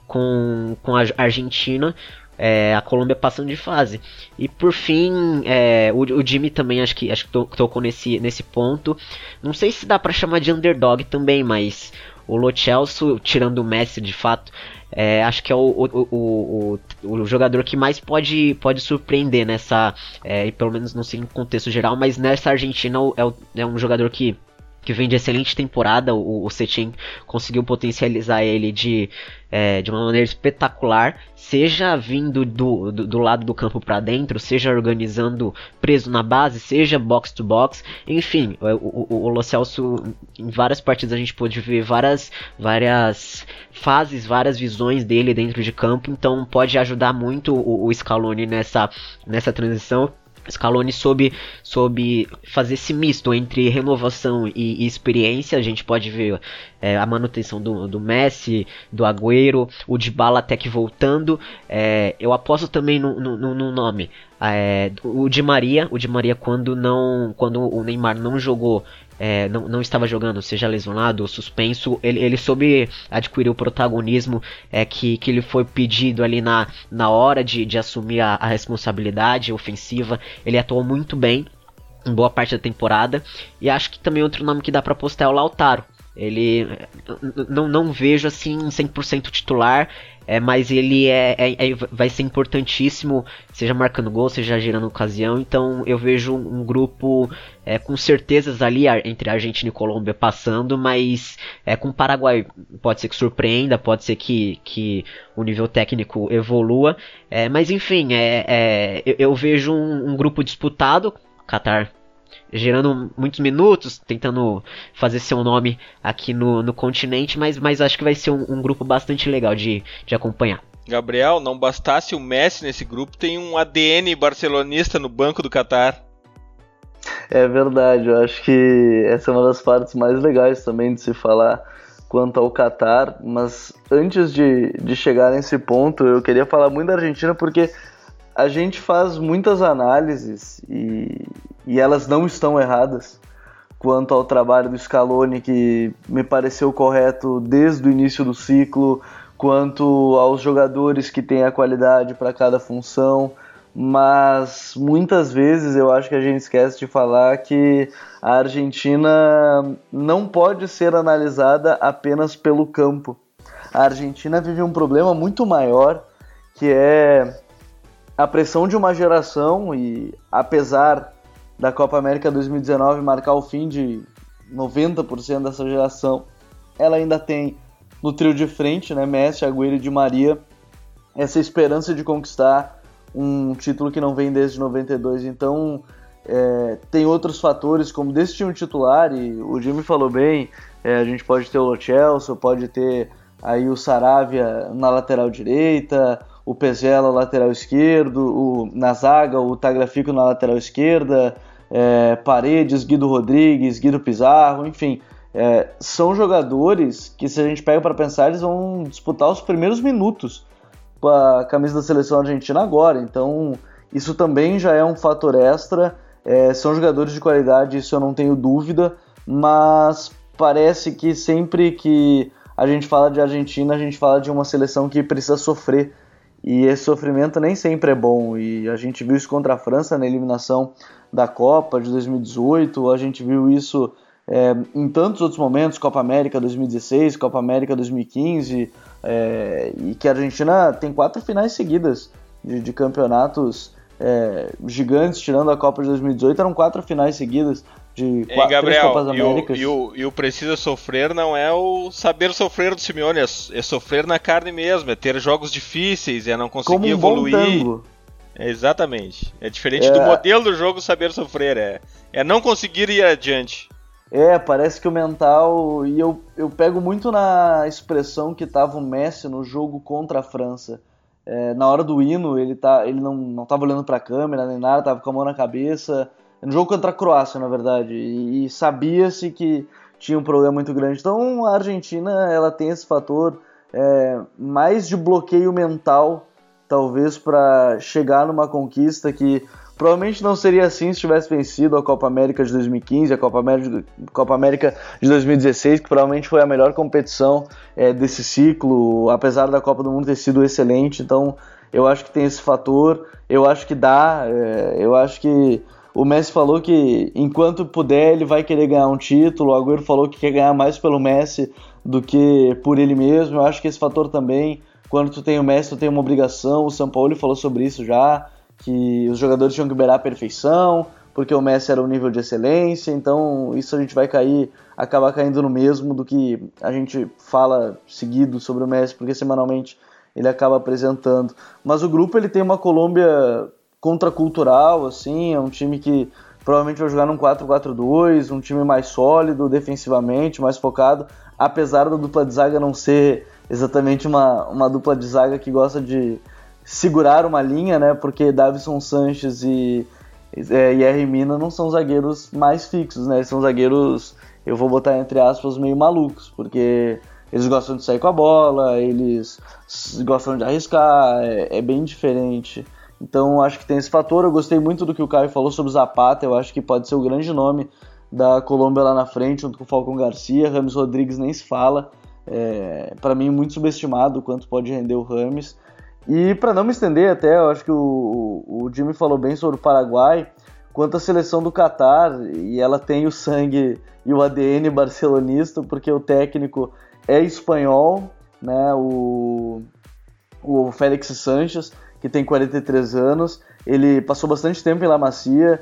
com, com a Argentina. É, a Colômbia passando de fase. E por fim, é, o, o Jimmy também acho que, acho que to, tocou nesse, nesse ponto. Não sei se dá pra chamar de underdog também, mas o Lo Celso, tirando o Messi de fato, é, acho que é o, o, o, o, o jogador que mais pode, pode surpreender nessa, é, pelo menos não sei no contexto geral, mas nessa Argentina é, o, é um jogador que que vem de excelente temporada. O, o Setien conseguiu potencializar ele de, é, de uma maneira espetacular, seja vindo do, do, do lado do campo para dentro, seja organizando preso na base, seja box to box, enfim, o, o, o Lo Celso, em várias partidas a gente pôde ver várias, várias fases, várias visões dele dentro de campo, então pode ajudar muito o, o Scaloni nessa, nessa transição. Scaloni soube, soube fazer esse misto entre renovação e, e experiência. A gente pode ver é, a manutenção do, do Messi, do Agüero, o Dybala até que voltando. É, eu aposto também no, no, no nome, é, o Di Maria. O Di Maria quando, não, quando o Neymar não jogou, É, não, não estava jogando, seja lesionado ou suspenso, ele, ele soube adquirir o protagonismo é, que, que lhe foi pedido ali na, na hora de, de assumir a, a responsabilidade ofensiva. Ele atuou muito bem em boa parte da temporada, e acho que também outro nome que dá para apostar é o Lautaro. Ele não, não vejo assim cem por cento titular, é, mas ele é, é, é, vai ser importantíssimo, seja marcando gol, seja gerando ocasião. Então eu vejo um, um grupo é, com certezas ali entre Argentina e Colômbia passando, mas é, com o Paraguai pode ser que surpreenda, pode ser que, que o nível técnico evolua, é, mas enfim, é, é, eu, eu vejo um, um grupo disputado, Qatar gerando muitos minutos, tentando fazer seu nome aqui no, no continente, mas, mas acho que vai ser um, um grupo bastante legal de, de acompanhar. Gabriel, não bastasse o Messi nesse grupo, tem um A D N barcelonista no banco do Qatar. É verdade, eu acho que essa é uma das partes mais legais também de se falar quanto ao Qatar, mas antes de, de chegar nesse ponto, eu queria falar muito da Argentina, porque a gente faz muitas análises e, e elas não estão erradas quanto ao trabalho do Scaloni, que me pareceu correto desde o início do ciclo, quanto aos jogadores que têm a qualidade para cada função, mas muitas vezes eu acho que a gente esquece de falar que a Argentina não pode ser analisada apenas pelo campo. A Argentina vive um problema muito maior, que é a pressão de uma geração, e apesar da Copa América dois mil e dezenove marcar o fim de noventa por cento dessa geração, ela ainda tem no trio de frente, né, Messi, Agüero e Di Maria, essa esperança de conquistar um título que não vem desde noventa e dois. Então é, tem outros fatores, como desse time titular, e o Jimmy falou bem, é, a gente pode ter o Lo Celso, pode ter aí o Saravia na lateral direita, o Pezzella lateral esquerdo, o, na zaga o Tagliafico na lateral esquerda, é, Paredes, Guido Rodrigues, Guido Pizarro, enfim, é, são jogadores que, se a gente pega para pensar, eles vão disputar os primeiros minutos com a camisa da seleção argentina agora, então isso também já é um fator extra. É, são jogadores de qualidade, isso eu não tenho dúvida, mas parece que sempre que a gente fala de Argentina, a gente fala de uma seleção que precisa sofrer, e esse sofrimento nem sempre é bom, e a gente viu isso contra a França na eliminação da Copa de dois mil e dezoito, a gente viu isso é, em tantos outros momentos, Copa América dois mil e dezesseis, Copa América dois mil e quinze, é, e que a Argentina tem quatro finais seguidas de, de campeonatos é, gigantes, tirando a Copa de dois mil e dezoito, eram quatro finais seguidas de quatro, Ei, Gabriel, três Copas Américas. E o, e, o, e o precisa sofrer não é o saber sofrer do Simeone, é, é sofrer na carne mesmo, é ter jogos difíceis, é não conseguir Como um evoluir. Bom tango. É, exatamente. É diferente é... do modelo do jogo saber sofrer, é, é não conseguir ir adiante. É, parece que o mental, e eu, eu pego muito na expressão que estava o Messi no jogo contra a França. É, na hora do hino, ele, tá, ele não, não tava olhando pra câmera nem nada, tava com a mão na cabeça. No jogo contra a Croácia, na verdade. E, e sabia-se que tinha um problema muito grande. Então a Argentina, ela tem esse fator é, mais de bloqueio mental, talvez, para chegar numa conquista que provavelmente não seria assim se tivesse vencido a Copa América de dois mil e quinze, a Copa América, Copa América de dois mil e dezesseis, que provavelmente foi a melhor competição é, desse ciclo, apesar da Copa do Mundo ter sido excelente. Então eu acho que tem esse fator, eu acho que dá, é, eu acho que o Messi falou que enquanto puder ele vai querer ganhar um título, o Agüero falou que quer ganhar mais pelo Messi do que por ele mesmo. Eu acho que esse fator também, quando tu tem o Messi, tu tem uma obrigação. O Sampaoli falou sobre isso já, que os jogadores tinham que beirar a perfeição, porque o Messi era um nível de excelência. Então isso a gente vai cair, acabar caindo no mesmo do que a gente fala seguido sobre o Messi, porque semanalmente ele acaba apresentando. Mas o grupo, ele tem uma Colômbia contracultural, assim, é um time que provavelmente vai jogar num quatro quatro dois, um time mais sólido defensivamente, mais focado, apesar da dupla de zaga não ser exatamente uma, uma dupla de zaga que gosta de segurar uma linha, né, porque Davinson Sanchez e é, Yerry Mina não são zagueiros mais fixos, né, eles são zagueiros, eu vou botar entre aspas, meio malucos, porque eles gostam de sair com a bola, eles gostam de arriscar, é, é bem diferente. Então acho que tem esse fator. Eu gostei muito do que o Caio falou sobre o Zapata, eu acho que pode ser o grande nome da Colômbia lá na frente, junto com o Falcão Garcia. Rames Rodrigues nem se fala, é, para mim muito subestimado o quanto pode render o Rames. E para não me estender até, eu acho que o, o Jimmy falou bem sobre o Paraguai, quanto à seleção do Catar, e ela tem o sangue e o A D N barcelonista, porque o técnico é espanhol, né, o, o Félix Sánchez, que tem quarenta e três anos, ele passou bastante tempo em La Masia,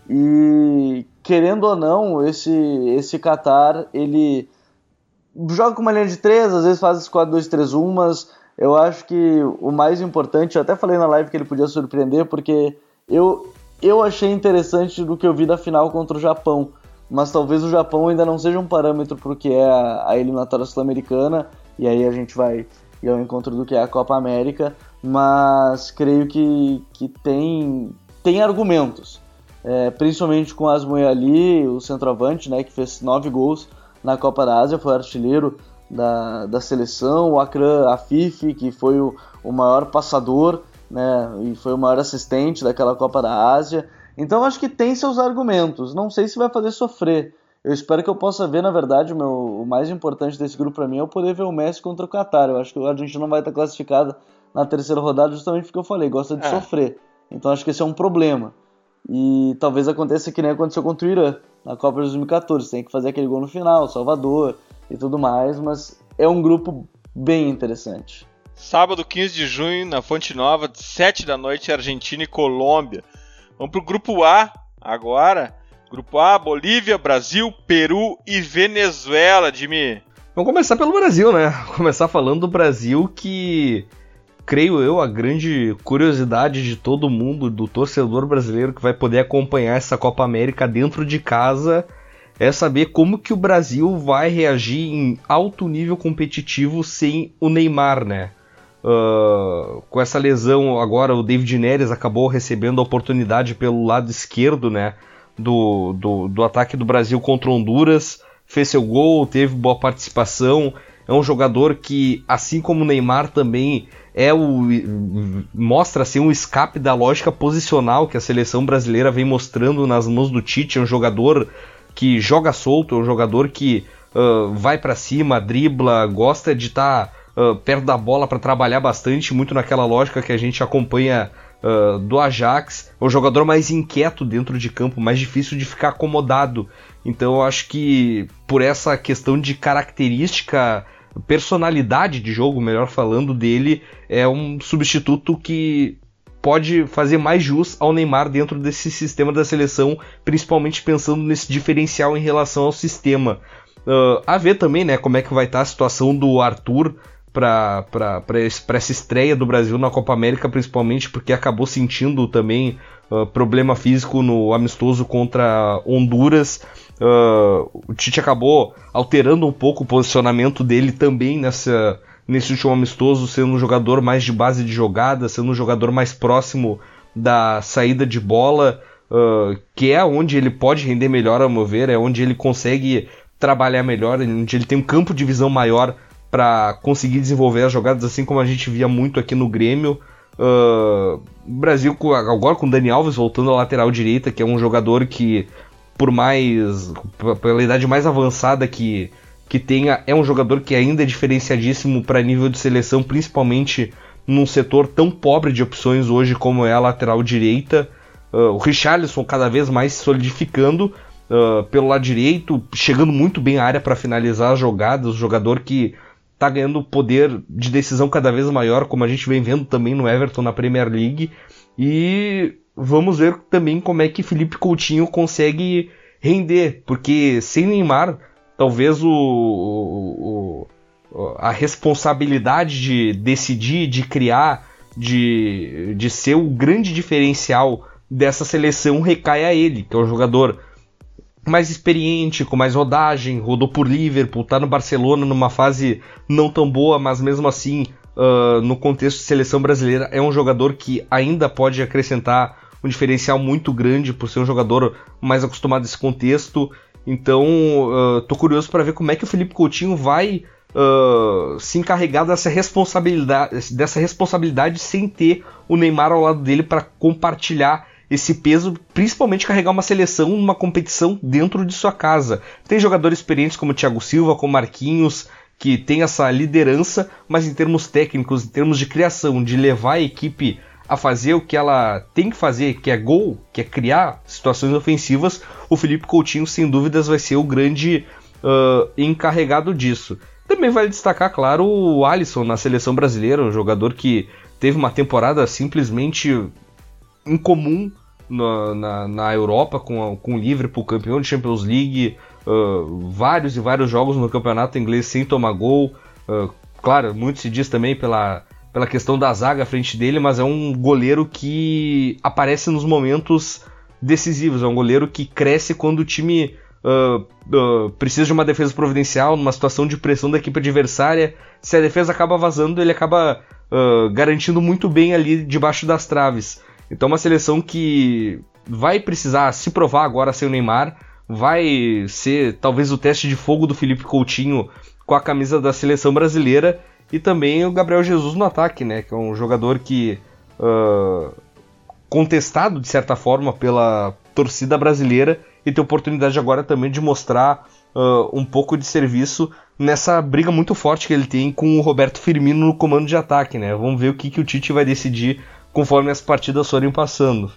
e querendo ou não, esse, esse Qatar, ele joga com uma linha de três, às vezes faz esse quatro dois três um, mas eu acho que o mais importante, eu até falei na live que ele podia surpreender, porque eu, eu achei interessante do que eu vi da final contra o Japão, mas talvez o Japão ainda não seja um parâmetro para o que é a, a eliminatória sul-americana, e aí a gente vai ir ao encontro do que é a Copa América, mas creio que, que tem, tem argumentos, é, principalmente com Asmoe Ali, o centroavante, né, que fez nove gols na Copa da Ásia, foi artilheiro da, da seleção, o Akram Afifi, que foi o, o maior passador, né, e foi o maior assistente daquela Copa da Ásia. Então acho que tem seus argumentos, não sei se vai fazer sofrer. Eu espero que eu possa ver, na verdade, o, meu, o mais importante desse grupo para mim é eu poder ver o Messi contra o Qatar. Eu acho que a Argentina não vai estar classificada na terceira rodada justamente porque eu falei, gosta de é. sofrer. Então acho que esse é um problema. E talvez aconteça que nem aconteceu contra o Irã, na Copa de dois mil e catorze. Tem que fazer aquele gol no final, Salvador e tudo mais, mas é um grupo bem interessante. Sábado, quinze de junho, na Fonte Nova, sete da noite, Argentina e Colômbia. Vamos pro grupo A agora. Grupo A, Bolívia, Brasil, Peru e Venezuela, Jimmy. Vamos começar pelo Brasil, né? Vamos começar falando do Brasil, que, creio eu, a grande curiosidade de todo mundo, do torcedor brasileiro que vai poder acompanhar essa Copa América dentro de casa, é saber como que o Brasil vai reagir em alto nível competitivo sem o Neymar, né? Uh, com essa lesão agora, o David Neres acabou recebendo a oportunidade pelo lado esquerdo, né, do, do, do ataque do Brasil contra Honduras, fez seu gol, teve boa participação, é um jogador que, assim como o Neymar, também é o, mostra assim, um escape da lógica posicional que a seleção brasileira vem mostrando nas mãos do Tite. É um jogador que joga solto, é um jogador que uh, vai para cima, dribla, gosta de estar tá Uh, perto da bola para trabalhar bastante, muito naquela lógica que a gente acompanha uh, do Ajax. É um jogador mais inquieto dentro de campo, mais difícil de ficar acomodado. Então eu acho que por essa questão de característica, personalidade de jogo, melhor falando, dele, é um substituto que pode fazer mais jus ao Neymar dentro desse sistema da seleção, principalmente pensando nesse diferencial em relação ao sistema. Uh, a ver também, né, como é que vai estar a situação do Arthur para essa estreia do Brasil na Copa América, principalmente porque acabou sentindo também uh, problema físico no amistoso contra Honduras. Uh, o Tite acabou alterando um pouco o posicionamento dele também nessa, nesse último amistoso, sendo um jogador mais de base de jogada, sendo um jogador mais próximo da saída de bola, uh, que é onde ele pode render melhor, a meu ver, é onde ele consegue trabalhar melhor, onde ele tem um campo de visão maior para conseguir desenvolver as jogadas, assim como a gente via muito aqui no Grêmio. Uh, Brasil agora com o Dani Alves voltando à lateral direita, que é um jogador que, por mais pela idade mais avançada que, que tenha, é um jogador que ainda é diferenciadíssimo para nível de seleção, principalmente num setor tão pobre de opções hoje como é a lateral direita. Uh, o Richarlison cada vez mais se solidificando uh, pelo lado direito, chegando muito bem à área para finalizar as jogadas, um jogador que está ganhando poder de decisão cada vez maior, como a gente vem vendo também no Everton na Premier League. E vamos ver também como é que Felipe Coutinho consegue render, porque sem Neymar, talvez o, o, o, a responsabilidade de decidir, de criar, de, de ser o grande diferencial dessa seleção recai a ele, que é um jogador mais experiente, com mais rodagem, rodou por Liverpool, tá no Barcelona numa fase não tão boa, mas mesmo assim, uh, no contexto de seleção brasileira, é um jogador que ainda pode acrescentar um diferencial muito grande por ser um jogador mais acostumado a esse contexto. Então, uh, tô curioso para ver como é que o Felipe Coutinho vai uh, se encarregar dessa responsabilidade, dessa responsabilidade sem ter o Neymar ao lado dele para compartilhar esse peso, principalmente carregar uma seleção numa competição dentro de sua casa. Tem jogadores experientes como Thiago Silva, como Marquinhos, que tem essa liderança, mas em termos técnicos, em termos de criação, de levar a equipe a fazer o que ela tem que fazer, que é gol, que é criar situações ofensivas, o Felipe Coutinho, sem dúvidas, vai ser o grande uh, encarregado disso. Também vale destacar, claro, o Alisson na seleção brasileira, um jogador que teve uma temporada simplesmente incomum na, na, na Europa, com, com o Liverpool, campeão de Champions League, uh, vários e vários jogos no campeonato inglês sem tomar gol. Uh, claro, muito se diz também pela, pela questão da zaga à frente dele, mas é um goleiro que aparece nos momentos decisivos, é um goleiro que cresce quando o time uh, uh, precisa de uma defesa providencial, numa situação de pressão da equipe adversária. Se a defesa acaba vazando, ele acaba uh, garantindo muito bem ali debaixo das traves. Então uma seleção que vai precisar se provar agora sem o Neymar, vai ser talvez o teste de fogo do Felipe Coutinho com a camisa da seleção brasileira, e também o Gabriel Jesus no ataque, né, que é um jogador que uh, contestado de certa forma pela torcida brasileira, e tem oportunidade agora também de mostrar uh, um pouco de serviço nessa briga muito forte que ele tem com o Roberto Firmino no comando de ataque, né. Vamos ver o que, que o Tite vai decidir conforme as partidas forem passando.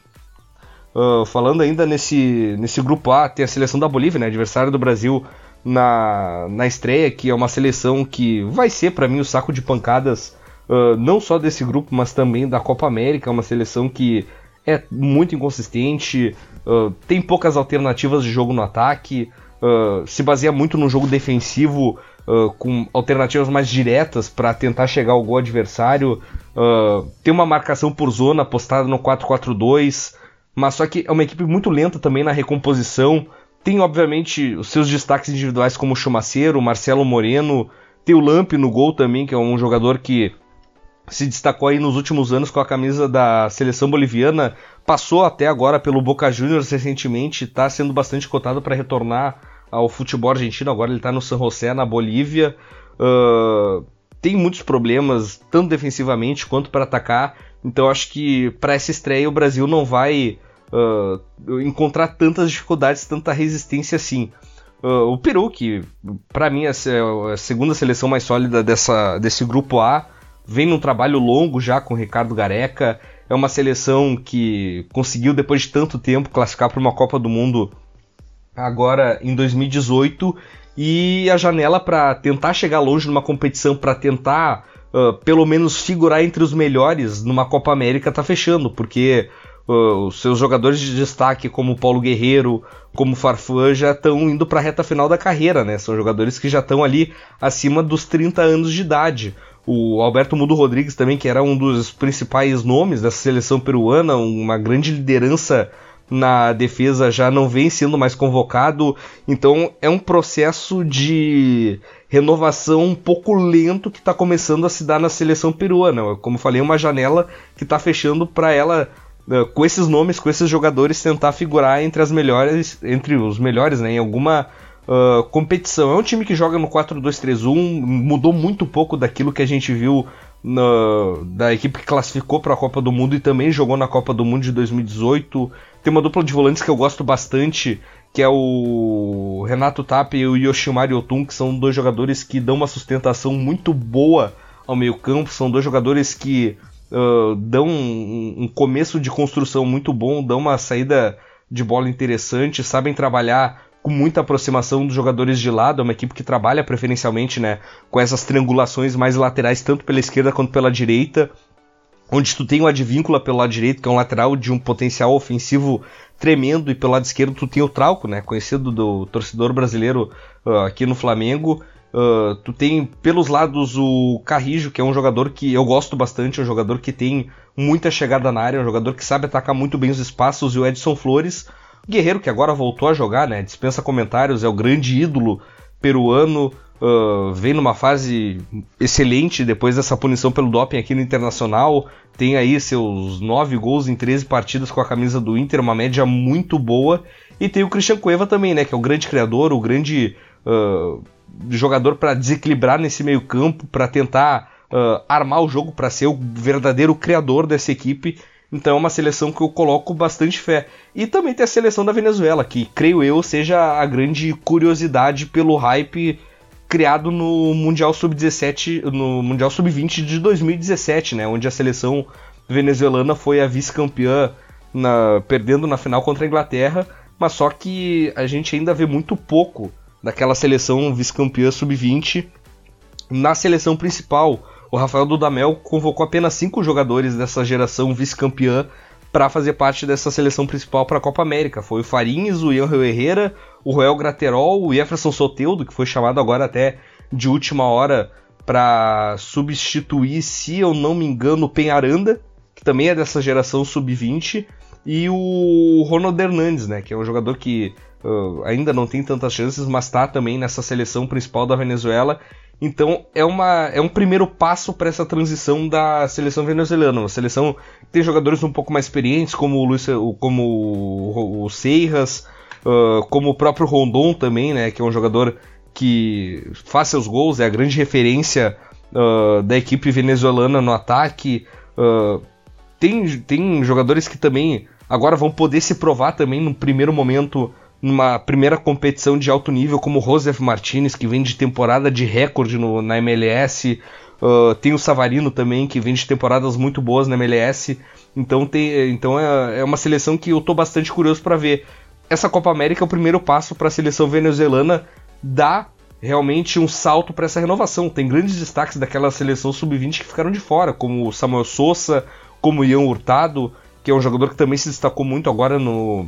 Uh, falando ainda nesse, nesse grupo A, tem a seleção da Bolívia, né, adversário do Brasil na, na estreia, que é uma seleção que vai ser para mim o saco de pancadas, uh, não só desse grupo, mas também da Copa América. É uma seleção que é muito inconsistente, uh, tem poucas alternativas de jogo no ataque, uh, se baseia muito no jogo defensivo, Uh, com alternativas mais diretas para tentar chegar ao gol adversário. Uh, tem uma marcação por zona postada no quatro quatro dois, mas só que é uma equipe muito lenta também na recomposição. Tem obviamente os seus destaques individuais como o Chumaceiro, o Marcelo Moreno, tem o Lampe no gol também, que é um jogador que se destacou aí nos últimos anos com a camisa da seleção boliviana, passou até agora pelo Boca Juniors recentemente, está sendo bastante cotado para retornar ao futebol argentino. Agora ele está no San José, na Bolívia. Uh, tem muitos problemas, tanto defensivamente quanto para atacar, então acho que para essa estreia o Brasil não vai uh, encontrar tantas dificuldades, tanta resistência assim. Uh, o Peru, que para mim é a segunda seleção mais sólida dessa, desse grupo A, vem num trabalho longo já com o Ricardo Gareca, é uma seleção que conseguiu depois de tanto tempo classificar para uma Copa do Mundo agora em dois mil e dezoito, e a janela para tentar chegar longe numa competição, para tentar uh, pelo menos figurar entre os melhores numa Copa América está fechando, porque uh, os seus jogadores de destaque como Paulo Guerreiro, como Farfán, já estão indo para a reta final da carreira, né? São jogadores que já estão ali acima dos trinta anos de idade. O Alberto Mudo Rodrigues também, que era um dos principais nomes dessa seleção peruana, uma grande liderança na defesa já não vem sendo mais convocado, então é um processo de renovação um pouco lento que está começando a se dar na seleção peruana. Como eu falei, uma janela que está fechando para ela, com esses nomes, com esses jogadores, tentar figurar entre as melhores, entre os melhores, né, em alguma uh, competição. É um time que joga no quatro dois três um, mudou muito pouco daquilo que a gente viu na, da equipe que classificou para a Copa do Mundo e também jogou na Copa do Mundo de dois mil e dezoito. Tem uma dupla de volantes que eu gosto bastante, que é o Renato Tapia e o Yoshimar Yotun, que são dois jogadores que dão uma sustentação muito boa ao meio campo, são dois jogadores que uh, dão um, um começo de construção muito bom, dão uma saída de bola interessante, sabem trabalhar com muita aproximação dos jogadores de lado. É uma equipe que trabalha preferencialmente, né, com essas triangulações mais laterais, tanto pela esquerda quanto pela direita, onde tu tem o Advíncula pelo lado direito, que é um lateral de um potencial ofensivo tremendo, e pelo lado esquerdo tu tem o Trauco, né, conhecido do torcedor brasileiro uh, aqui no Flamengo. Uh, tu tem pelos lados o Carrijo, que é um jogador que eu gosto bastante, é um jogador que tem muita chegada na área, é um jogador que sabe atacar muito bem os espaços, e o Edson Flores, Guerreiro, que agora voltou a jogar, né, dispensa comentários, é o grande ídolo peruano, uh, vem numa fase excelente depois dessa punição pelo doping aqui no Internacional, tem aí seus nove gols em treze partidas com a camisa do Inter, uma média muito boa, e tem o Christian Cueva também, né, que é o grande criador, o grande uh, jogador para desequilibrar nesse meio campo, para tentar uh, armar o jogo, para ser o verdadeiro criador dessa equipe. Então é uma seleção que eu coloco bastante fé. E também tem a seleção da Venezuela, que creio eu seja a grande curiosidade pelo hype criado no Mundial sub dezessete, no Mundial sub vinte de dois mil e dezessete, né, onde a seleção venezuelana foi a vice-campeã, na, perdendo na final contra a Inglaterra, mas só que a gente ainda vê muito pouco daquela seleção vice-campeã sub vinte na seleção principal. O Rafael Dudamel convocou apenas cinco jogadores dessa geração vice-campeã para fazer parte dessa seleção principal para a Copa América. Foi o Farins, o Angel Herrera, o Roel Graterol, o Jefferson Soteldo, que foi chamado agora até de última hora para substituir, se eu não me engano, o Penharanda, que também é dessa geração sub vinte, e o Ronald Hernandes, né, que é um jogador que uh, ainda não tem tantas chances, mas está também nessa seleção principal da Venezuela. Então é, uma, é um primeiro passo para essa transição da seleção venezuelana. Uma seleção que tem jogadores um pouco mais experientes, como o, Luiz, como o, o Seiras, uh, como o próprio Rondon também, né, que é um jogador que faz seus gols, é a grande referência uh, da equipe venezuelana no ataque. Uh, tem, tem jogadores que também agora vão poder se provar também no primeiro momento, numa primeira competição de alto nível, como o Josef Martinez, que vem de temporada de recorde no, na M L S, uh, tem o Savarino também, que vem de temporadas muito boas na M L S, então, tem, então é, é uma seleção que eu estou bastante curioso para ver. Essa Copa América é o primeiro passo para a seleção venezuelana dar realmente um salto para essa renovação. Tem grandes destaques daquela seleção sub vinte que ficaram de fora, como o Samuel Sosa, como o Ian Hurtado, que é um jogador que também se destacou muito agora no...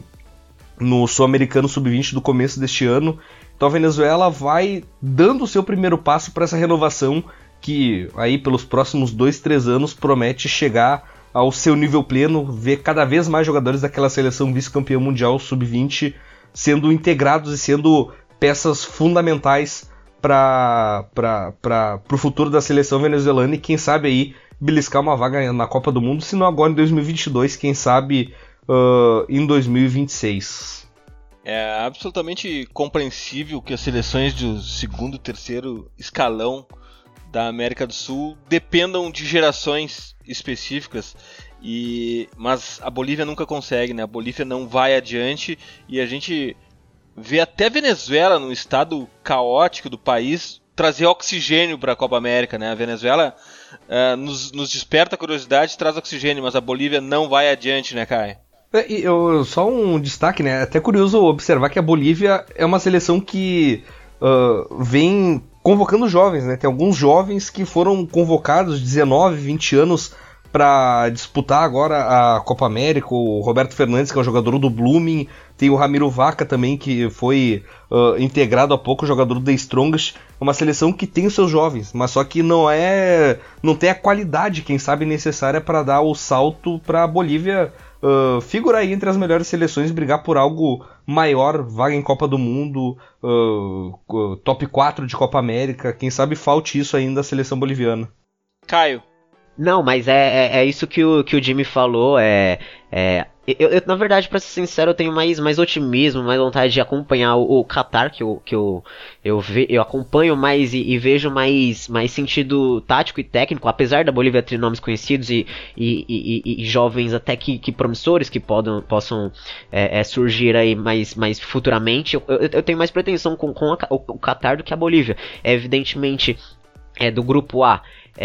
no Sul-Americano sub vinte do começo deste ano. Então a Venezuela vai dando o seu primeiro passo para essa renovação que aí pelos próximos dois, três anos promete chegar ao seu nível pleno, ver cada vez mais jogadores daquela seleção vice-campeã mundial sub vinte sendo integrados e sendo peças fundamentais para o futuro da seleção venezuelana, e quem sabe aí beliscar uma vaga na Copa do Mundo, se não agora em dois mil e vinte e dois, quem sabe Uh, em dois mil e vinte e seis. É absolutamente compreensível que as seleções do segundo e terceiro escalão da América do Sul dependam de gerações específicas, e, mas a Bolívia nunca consegue, né? A Bolívia não vai adiante, e a gente vê até Venezuela, no estado caótico do país, trazer oxigênio para a Copa América, né? A Venezuela uh, nos, nos desperta a curiosidade, traz oxigênio, mas a Bolívia não vai adiante, né, Caio? É, eu, só um destaque, né? É até curioso observar que a Bolívia é uma seleção que uh, vem convocando jovens, né? Tem alguns jovens que foram convocados de dezenove, vinte anos para disputar agora a Copa América. O Roberto Fernandes, que é um jogador do Blooming, tem o Ramiro Vaca também, que foi uh, integrado há pouco, jogador do The Strongest. É uma seleção que tem os seus jovens, mas só que não é, não tem a qualidade, quem sabe, necessária para dar o salto para a Bolívia uh, figurar aí entre as melhores seleções, brigar por algo maior, vaga em Copa do Mundo, uh, uh, top quatro de Copa América, quem sabe falte isso ainda à seleção boliviana. Caio. Não, mas é, é, é isso que o, que o Jimmy falou, é... é eu, eu, na verdade, pra ser sincero, eu tenho mais, mais otimismo, mais vontade de acompanhar o, o Qatar, que, eu, que eu, eu, ve, eu acompanho mais e, e vejo mais, mais sentido tático e técnico, apesar da Bolívia ter nomes conhecidos e, e, e, e jovens até que, que promissores que podam, possam é, é, surgir aí mais, mais futuramente. Eu, eu, eu tenho mais pretensão com, com a, o, o Qatar do que a Bolívia. É, evidentemente, é, do grupo A,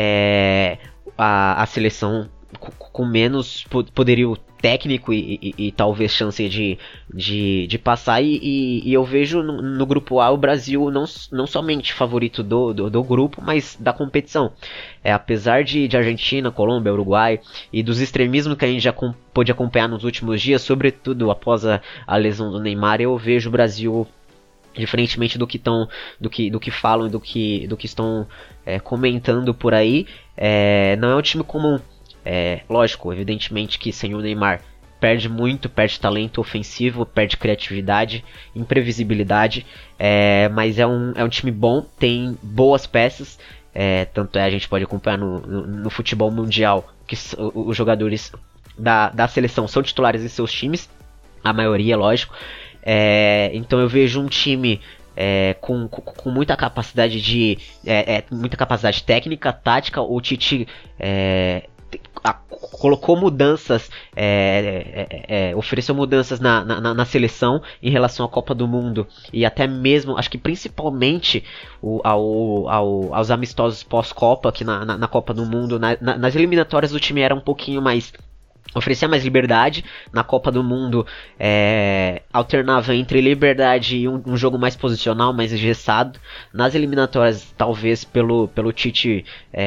é, a, a seleção com, com menos poderio técnico e, e, e talvez chance de, de, de passar e, e, e eu vejo no, no grupo A o Brasil não, não somente favorito do, do, do grupo, mas da competição. É, apesar de, de Argentina, Colômbia, Uruguai e dos extremismos que a gente já com, pôde acompanhar nos últimos dias, sobretudo após a, a lesão do Neymar, eu vejo o Brasil, diferentemente do que, tão, do que, do que falam e do que, do que estão é, comentando por aí, é, não é um time comum. É, lógico, evidentemente que sem o Neymar perde muito, perde talento ofensivo, perde criatividade, imprevisibilidade, é, mas é um, é um time bom, tem boas peças, é, tanto é a gente pode acompanhar no, no, no futebol mundial que os jogadores da, da seleção são titulares em seus times, a maioria, lógico, é, então eu vejo um time É, com, com, com muita capacidade de é, é, muita capacidade técnica, tática. O Tite é, a, colocou mudanças, é, é, é, ofereceu mudanças na, na, na seleção em relação à Copa do Mundo e até mesmo, acho que principalmente o, ao, ao, aos amistosos pós-Copa, que na, na, na Copa do Mundo, na, na, nas eliminatórias o time era um pouquinho mais, oferecia mais liberdade. Na Copa do Mundo é, alternava entre liberdade e um, um jogo mais posicional, mais engessado. Nas eliminatórias, talvez pelo, pelo Tite,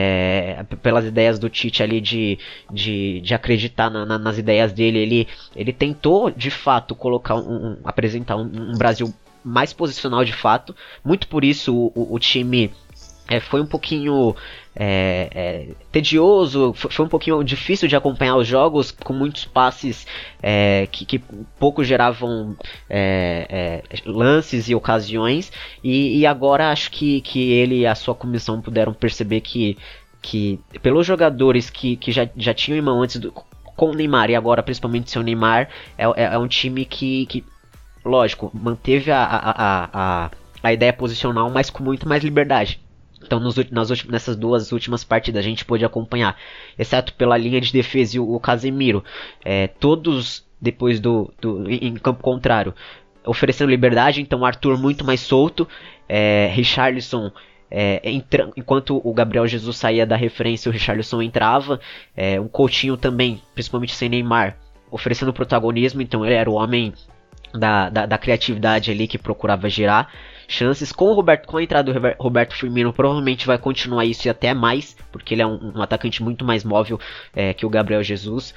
é, pelas ideias do Tite ali de, de, de acreditar na, na, nas ideias dele, ele, ele tentou de fato colocar um, um, apresentar um, um Brasil mais posicional de fato. Muito por isso o, o, o time é, foi um pouquinho É, é, tedioso, foi um pouquinho difícil de acompanhar os jogos, com muitos passes é, que, que pouco geravam é, é, lances e ocasiões, e, e agora acho que, que ele e a sua comissão puderam perceber que, que pelos jogadores que, que já, já tinham em mão antes do, com o Neymar, e agora principalmente sem o Neymar, é, é, é um time que, que lógico, manteve a, a, a, a, a ideia posicional, mas com muito mais liberdade. Então nos, nas, nessas duas últimas partidas a gente pôde acompanhar, exceto pela linha de defesa e o, o Casemiro, é, todos depois do, do em, em campo contrário, oferecendo liberdade. Então Arthur muito mais solto, é, Richarlison, é, entra, enquanto o Gabriel Jesus saía da referência, o Richarlison entrava, é, um Coutinho também, principalmente sem Neymar, oferecendo protagonismo. Então ele era o homem da, da, da criatividade ali, que procurava girar chances. Com o Roberto, com a entrada do Roberto Firmino, provavelmente vai continuar isso e até mais, porque ele é um, um atacante muito mais móvel é, que o Gabriel Jesus.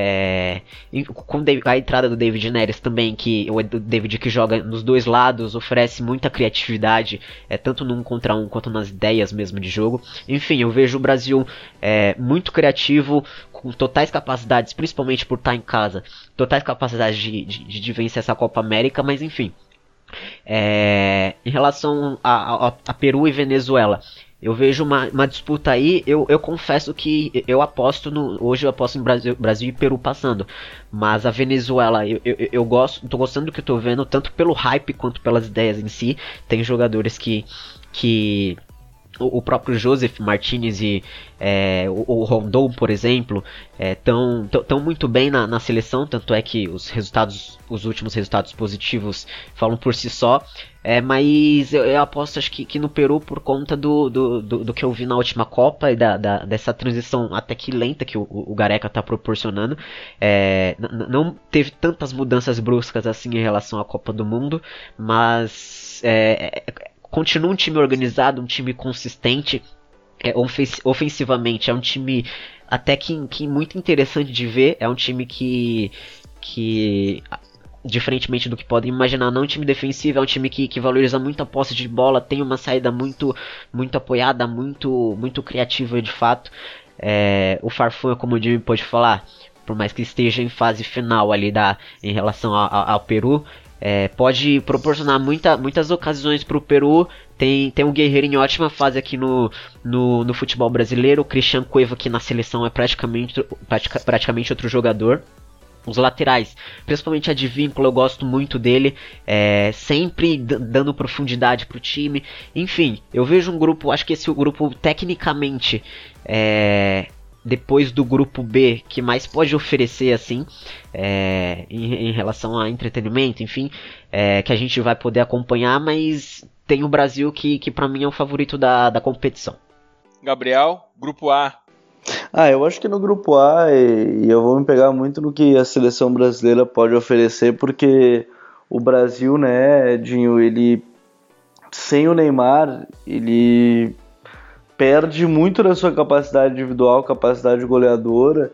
É, e com a entrada do David Neres também, que o David, que joga nos dois lados, oferece muita criatividade, é, tanto num contra um quanto nas ideias mesmo de jogo. Enfim, eu vejo o Brasil é, muito criativo, com totais capacidades, principalmente por estar em casa, totais capacidades de, de, de vencer essa Copa América. Mas enfim, É, em relação a, a, a Peru e Venezuela, eu vejo uma, uma disputa aí. Eu, eu confesso que eu aposto no, hoje eu aposto em Brasil, Brasil e Peru passando, mas a Venezuela eu, eu, eu gosto, tô gostando do que eu tô vendo, tanto pelo hype quanto pelas ideias em si. Tem jogadores que, que o, o próprio Joseph Martinez e é, o, o Rondon, por exemplo, estão é, tão muito bem na, na seleção, tanto é que os resultados, os últimos resultados positivos falam por si só. É, mas eu, eu aposto, acho que, que no Peru, por conta do, do, do, do que eu vi na última Copa e da, da, dessa transição até que lenta que o, o Gareca está proporcionando. É, n- não teve tantas mudanças bruscas assim em relação à Copa do Mundo, mas é, é, continua um time organizado, um time consistente. É, ofensivamente é um time até que, que muito interessante de ver. É um time que, que diferentemente do que podem imaginar, não é um time defensivo, é um time que, que valoriza muito a posse de bola, tem uma saída muito, muito apoiada, muito, muito criativa de fato. É, o Farfã, como o Jimmy pode falar, por mais que esteja em fase final ali da, em relação a, a, ao Peru, é, pode proporcionar muita, muitas ocasiões para o Peru. Tem, tem um Guerreiro em ótima fase aqui no, no, no futebol brasileiro. O Cristian Cueva, que na seleção é praticamente, pratica, praticamente outro jogador. Os laterais, principalmente a Advíncula, eu gosto muito dele, é, sempre d- dando profundidade pro time. Enfim, eu vejo um grupo, acho que esse grupo tecnicamente, é, depois do grupo B, que mais pode oferecer assim, é, em, em relação a entretenimento, enfim, é, que a gente vai poder acompanhar, mas tem o Brasil que, que para mim é o favorito da, da competição. Gabriel, grupo A. Ah, eu acho que no grupo A, e, e eu vou me pegar muito no que a seleção brasileira pode oferecer, porque o Brasil, né, Dinho, ele, sem o Neymar, ele perde muito da sua capacidade individual, capacidade goleadora,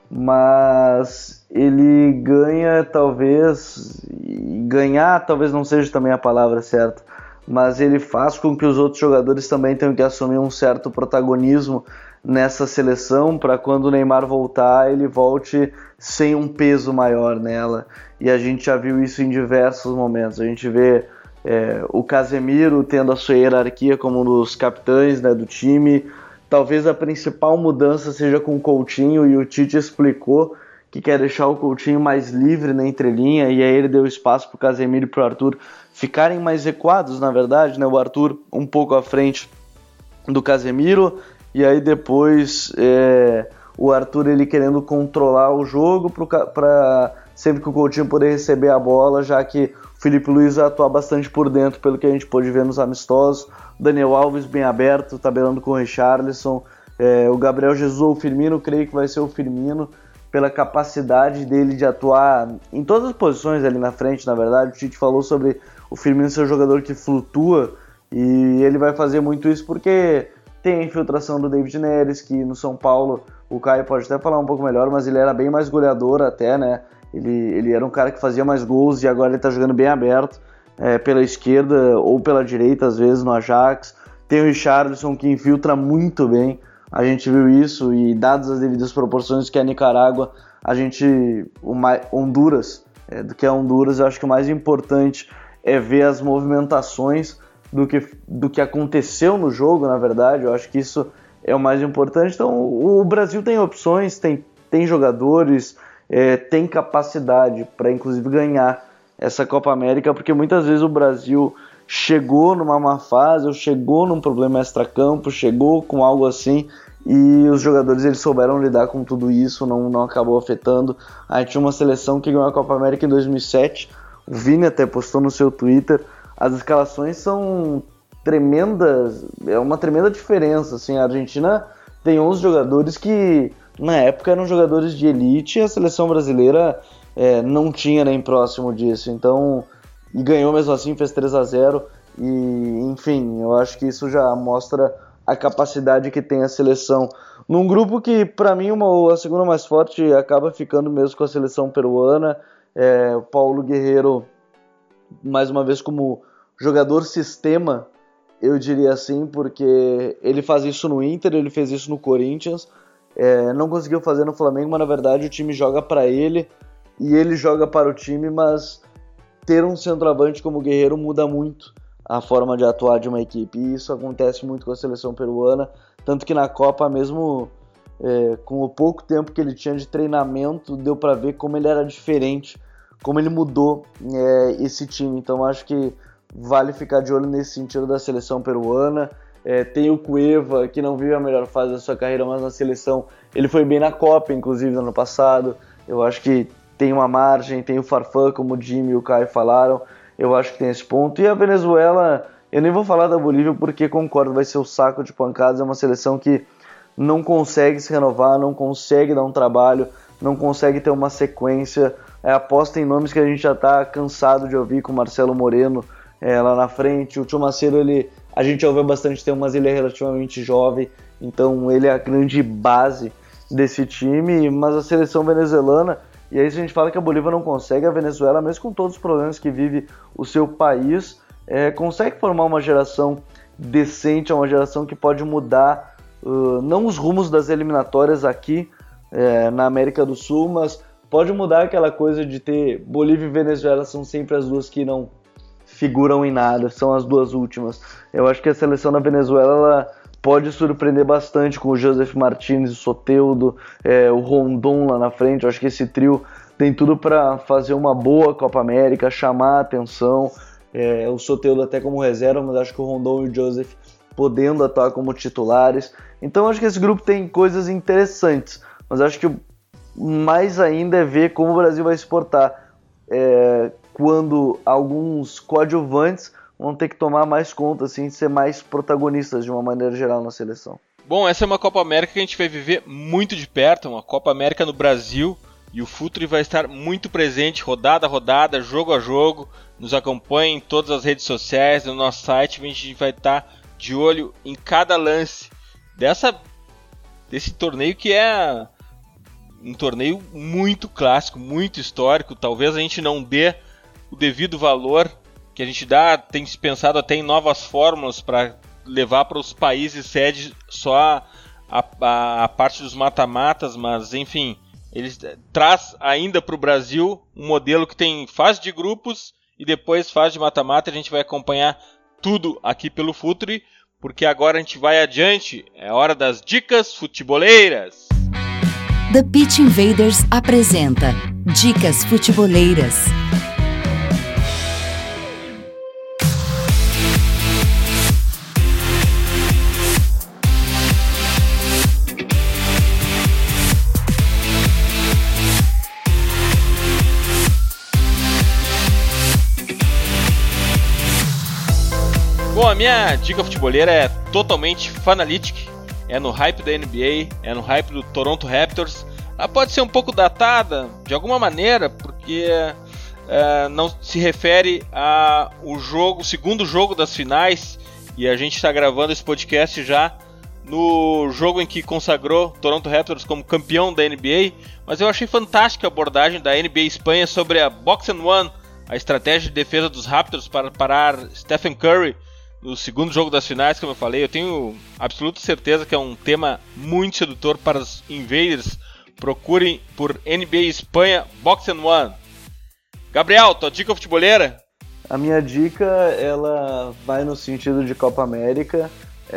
mas ele ganha, talvez, ganhar talvez não seja também a palavra certa, mas ele faz com que os outros jogadores também tenham que assumir um certo protagonismo nessa seleção, para quando o Neymar voltar, ele volte sem um peso maior nela. E a gente já viu isso em diversos momentos. A gente vê é, o Casemiro tendo a sua hierarquia como um dos capitães, né, do time. Talvez a principal mudança seja com o Coutinho, e o Tite explicou que quer deixar o Coutinho mais livre na entrelinha, e aí ele deu espaço para o Casemiro e para o Arthur ficarem mais recuados, na verdade, né? O Arthur um pouco à frente do Casemiro, e aí depois é, o Arthur ele querendo controlar o jogo para sempre que o Coutinho poder receber a bola, já que o Felipe Luiz vai atuar bastante por dentro, pelo que a gente pôde ver nos amistosos. O Daniel Alves bem aberto, tabelando com o Richarlison. É, o Gabriel Jesus ou o Firmino, creio que vai ser o Firmino, pela capacidade dele de atuar em todas as posições ali na frente, na verdade. O Tite falou sobre o Firmino ser um jogador que flutua, e ele vai fazer muito isso porque tem a infiltração do David Neres, que no São Paulo, o Caio pode até falar um pouco melhor, mas ele era bem mais goleador até, né? Ele, ele era um cara que fazia mais gols, e agora ele tá jogando bem aberto, é, pela esquerda ou pela direita, às vezes, no Ajax. Tem o Richarlison, que infiltra muito bem, a gente viu isso, e dadas as devidas proporções que é a Nicarágua, a gente, o Honduras, é, do que é Honduras, eu acho que o mais importante é ver as movimentações do que, do que aconteceu no jogo, na verdade. Eu acho que isso é o mais importante. Então o Brasil tem opções, tem, tem jogadores, é, tem capacidade para inclusive ganhar essa Copa América, porque muitas vezes o Brasil chegou numa má fase, ou chegou num problema extracampo, chegou com algo assim, e os jogadores eles souberam lidar com tudo isso, não, não acabou afetando. A gente tinha uma seleção que ganhou a Copa América em dois mil e sete, o Vini até postou no seu Twitter. As escalações são tremendas, é uma tremenda diferença, assim. A Argentina tem onze jogadores que na época eram jogadores de elite, e a seleção brasileira é, não tinha nem próximo disso, então, e ganhou mesmo assim, fez três a zero, e enfim, eu acho que isso já mostra a capacidade que tem a seleção. Num grupo que, para mim, uma, a segunda mais forte acaba ficando mesmo com a seleção peruana, é, o Paulo Guerreiro, mais uma vez como jogador sistema, eu diria assim, porque ele faz isso no Inter, ele fez isso no Corinthians, é, não conseguiu fazer no Flamengo, mas na verdade o time joga para ele e ele joga para o time, mas ter um centroavante como o Guerreiro muda muito a forma de atuar de uma equipe, e isso acontece muito com a seleção peruana, tanto que na Copa, mesmo é, com o pouco tempo que ele tinha de treinamento, deu para ver como ele era diferente, como ele mudou é, esse time. Então acho que vale ficar de olho nesse sentido da seleção peruana. É, tem o Cueva, que não vive a melhor fase da sua carreira, mas na seleção ele foi bem na Copa, inclusive no ano passado. Eu acho que tem uma margem, tem o Farfán, como o Jimmy e o Caio falaram, eu acho que tem esse ponto. E a Venezuela, eu nem vou falar da Bolívia porque concordo, vai ser o saco de pancadas, é uma seleção que não consegue se renovar, não consegue dar um trabalho, não consegue ter uma sequência. É, aposta em nomes que a gente já está cansado de ouvir, com o Marcelo Moreno é, lá na frente. O Tio Macedo, ele, a gente já ouviu bastante tempo, mas ele é relativamente jovem, então ele é a grande base desse time. Mas a seleção venezuelana, e aí se a gente fala que a Bolívia não consegue, a Venezuela, mesmo com todos os problemas que vive o seu país, é, consegue formar uma geração decente, uma geração que pode mudar uh, não os rumos das eliminatórias aqui, é, na América do Sul, mas pode mudar aquela coisa de ter Bolívia e Venezuela, são sempre as duas que não figuram em nada, são as duas últimas. Eu acho que a seleção da Venezuela ela pode surpreender bastante com o Josef Martínez, o Soteldo, é, o Rondon lá na frente. Eu acho que esse trio tem tudo para fazer uma boa Copa América, chamar a atenção. É, o Soteldo até como reserva, mas acho que o Rondon e o Josef podendo atuar como titulares. Então acho que esse grupo tem coisas interessantes, mas acho que mais ainda é ver como o Brasil vai se portar é, quando alguns coadjuvantes vão ter que tomar mais conta, assim, ser mais protagonistas de uma maneira geral na seleção. Bom, essa é uma Copa América que a gente vai viver muito de perto, uma Copa América no Brasil, e o Futuri vai estar muito presente, rodada a rodada, jogo a jogo. Nos acompanhe em todas as redes sociais, no nosso site, a gente vai estar de olho em cada lance dessa, desse torneio que é um torneio muito clássico, muito histórico. Talvez a gente não dê o devido valor que a gente dá, tem se pensado até em novas fórmulas para levar para os países sede só a, a, a parte dos mata-matas, mas enfim, ele traz ainda para o Brasil um modelo que tem fase de grupos e depois fase de mata-mata. A gente vai acompanhar tudo aqui pelo Futuri, porque agora a gente vai adiante, é hora das dicas futeboleiras. The Pitch Invaders apresenta Dicas Futeboleiras. Bom, a minha dica futeboleira é totalmente fanalytic, é no hype da N B A, é no hype do Toronto Raptors. Ela pode ser um pouco datada, de alguma maneira, porque é, não se refere ao jogo, segundo jogo das finais, e a gente está gravando esse podcast já no jogo em que consagrou Toronto Raptors como campeão da N B A, mas eu achei fantástica a abordagem da N B A Espanha sobre a Box and One, a estratégia de defesa dos Raptors para parar Stephen Curry no segundo jogo das finais, como eu falei. Eu tenho absoluta certeza que é um tema muito sedutor para os invaders. Procurem por N B A Espanha Box and One. Gabriel, tua dica futeboleira? A minha dica, ela vai no sentido de Copa América.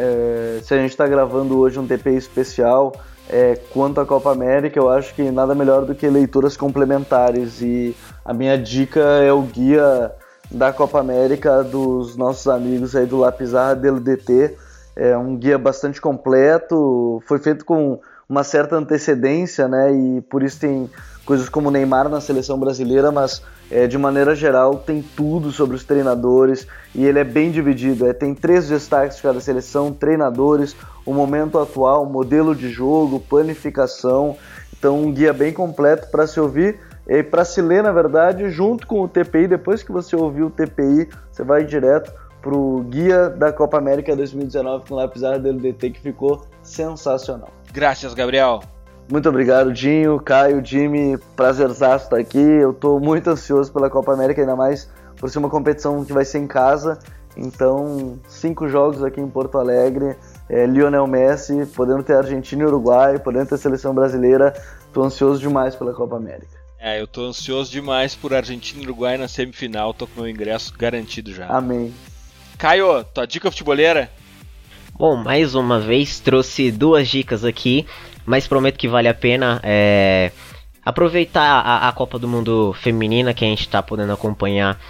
É, se a gente está gravando hoje um T P I especial, é, quanto à Copa América, eu acho que nada melhor do que leituras complementares. E a minha dica é o guia da Copa América dos nossos amigos aí do La Pizarra del D T. É um guia bastante completo, foi feito com uma certa antecedência, né? E por isso tem coisas como Neymar na seleção brasileira, mas é, de maneira geral tem tudo sobre os treinadores e ele é bem dividido. É, tem três destaques de cada seleção: treinadores, o momento atual, modelo de jogo, planificação. Então um guia bem completo para se ouvir e para se ler, na verdade, junto com o T P I. Depois que você ouvir o T P I, você vai direto para o guia da Copa América dois mil e dezenove com o La Pizarra del D T, que ficou sensacional. Graças, Gabriel. Muito obrigado, Dinho, Caio, Jimmy, prazerzaço estar aqui. Eu estou muito ansioso pela Copa América, ainda mais por ser uma competição que vai ser em casa. Então, cinco jogos aqui em Porto Alegre, é, Lionel Messi, podendo ter Argentina e Uruguai, podendo ter seleção brasileira. Estou ansioso demais pela Copa América. É, eu tô ansioso demais por Argentina e Uruguai na semifinal, tô com meu ingresso garantido já. Amém. Caio, tua dica futeboleira? Bom, mais uma vez trouxe duas dicas aqui, mas prometo que vale a pena é, aproveitar a, a Copa do Mundo Feminina que a gente tá podendo acompanhar.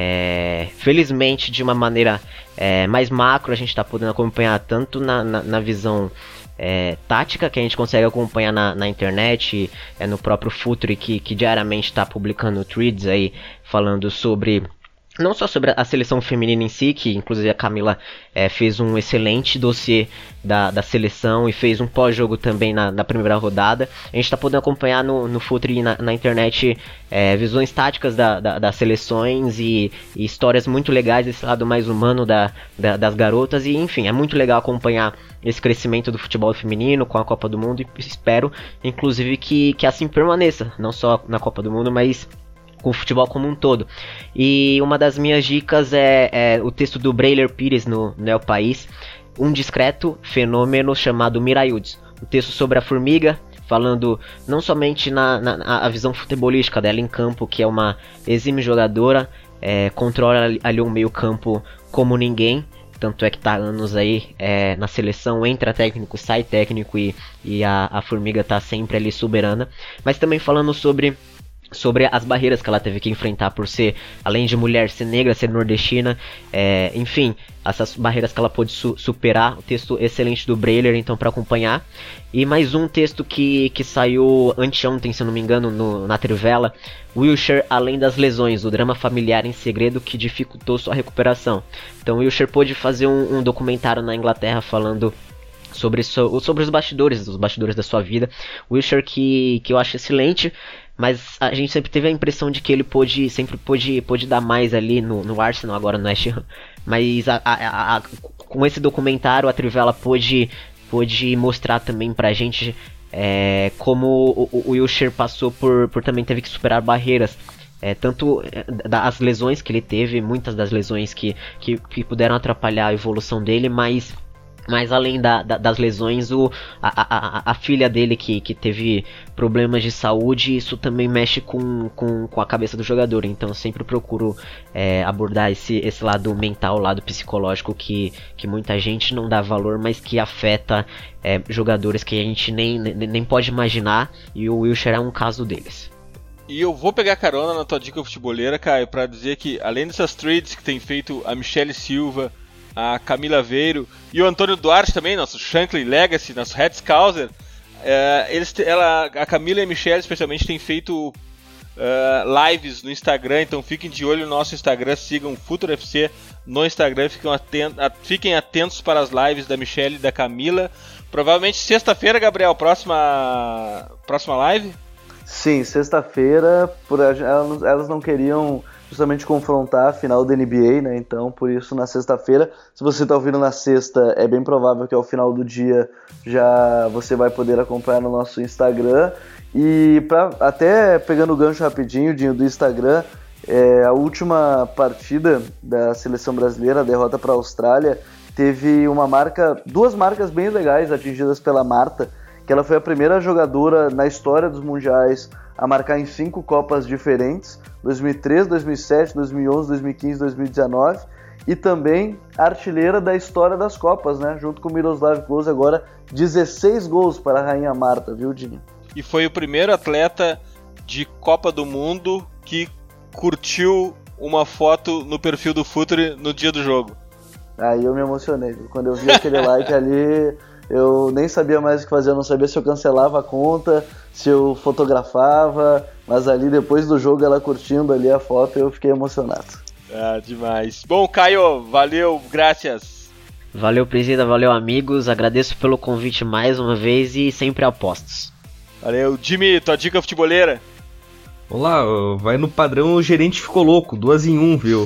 É, felizmente de uma maneira é, mais macro, a gente tá podendo acompanhar tanto na, na, na visão É, tática, que a gente consegue acompanhar na, na internet, é, no próprio Futuri, que, que diariamente está publicando threads aí falando sobre, não só sobre a seleção feminina em si, que inclusive a Camila é, fez um excelente dossiê da, da seleção e fez um pós-jogo também na, na primeira rodada. A gente está podendo acompanhar no, no Futuri, na, na internet, é, visões táticas da, da, das seleções e, e histórias muito legais desse lado mais humano da, da, das garotas. E enfim, é muito legal acompanhar esse crescimento do futebol feminino com a Copa do Mundo, e espero inclusive que, que assim permaneça, não só na Copa do Mundo, mas com o futebol como um todo. E uma das minhas dicas é, é o texto do Brailer Pires no, no El País, um discreto fenômeno chamado Miraiudes, um texto sobre a formiga falando não somente na, na a visão futebolística dela em campo, que é uma exímia jogadora, é, controla ali um meio campo como ninguém, tanto é que tá anos aí é, na seleção, entra técnico, sai técnico e, e a, a Formiga tá sempre ali soberana, mas também falando sobre... sobre as barreiras que ela teve que enfrentar por ser, além de mulher, ser negra, ser nordestina, é, enfim, essas barreiras que ela pôde su- superar, o texto excelente do Breiler, então, para acompanhar, e mais um texto que, que saiu anteontem, se eu não me engano, no, na Trivela, Wilshere Além das Lesões, o drama familiar em segredo que dificultou sua recuperação. Então, Wilshere pôde fazer um, um documentário na Inglaterra falando sobre, so, sobre os bastidores, os bastidores da sua vida. Wilshere que, que eu acho excelente, mas a gente sempre teve a impressão de que ele pôde, sempre pôde, pôde dar mais ali no, no Arsenal, agora no West Ham. Mas a, a, a, com esse documentário a Trivela pôde, pôde mostrar também pra gente é, como o, o Wilshere passou por, por também teve que superar barreiras. É, tanto das lesões que ele teve, muitas das lesões que, que, que puderam atrapalhar a evolução dele, mas... Mas além da, da, das lesões, o, a, a, a filha dele que, que teve problemas de saúde, isso também mexe com, com, com a cabeça do jogador. Então eu sempre procuro é, abordar esse, esse lado mental, o lado psicológico que, que muita gente não dá valor, mas que afeta é, jogadores que a gente nem, nem, nem pode imaginar. E o Wilshere é um caso deles. E eu vou pegar carona na tua dica futeboleira, Caio, para dizer que além dessas trades que tem feito a Michele Silva, a Camila Veiro e o Antônio Duarte também, nosso Shankly Legacy, nosso Red Scouser, é, eles, ela, a Camila e a Michelle especialmente têm feito uh, lives no Instagram, então fiquem de olho no nosso Instagram, sigam o Futuro F C no Instagram, fiquem atentos, fiquem atentos para as lives da Michelle e da Camila. Provavelmente sexta-feira, Gabriel, próxima, próxima live? Sim, sexta-feira, por, elas, elas não queriam... justamente confrontar a final da N B A, né? Então, por isso, na sexta-feira, se você está ouvindo na sexta, é bem provável que ao final do dia já você vai poder acompanhar no nosso Instagram. E pra, até pegando o gancho rapidinho, Dinho, do Instagram, é, a última partida da seleção brasileira, a derrota para a Austrália, teve uma marca, duas marcas bem legais atingidas pela Marta, que ela foi a primeira jogadora na história dos mundiais a marcar em cinco Copas diferentes, dois mil e treze, dois mil e sete, dois mil e onze, dois mil e quinze, dois mil e dezenove, e também a artilheira da história das Copas, né? Junto com o Miroslav Klose, agora dezesseis gols para a Rainha Marta, viu, Dinho? E foi o primeiro atleta de Copa do Mundo que curtiu uma foto no perfil do Futuri no dia do jogo. Aí eu me emocionei, viu? Quando eu vi aquele like ali... Eu nem sabia mais o que fazer, eu não sabia se eu cancelava a conta, se eu fotografava, mas ali depois do jogo ela curtindo ali a foto, eu fiquei emocionado. Ah, demais. Bom, Caio, valeu, graças. Valeu, presida, valeu, amigos, agradeço pelo convite mais uma vez e sempre apostos. Valeu, Jimmy, tua dica futeboleira? Vamos lá, vai no padrão, o gerente ficou louco, duas em um, viu?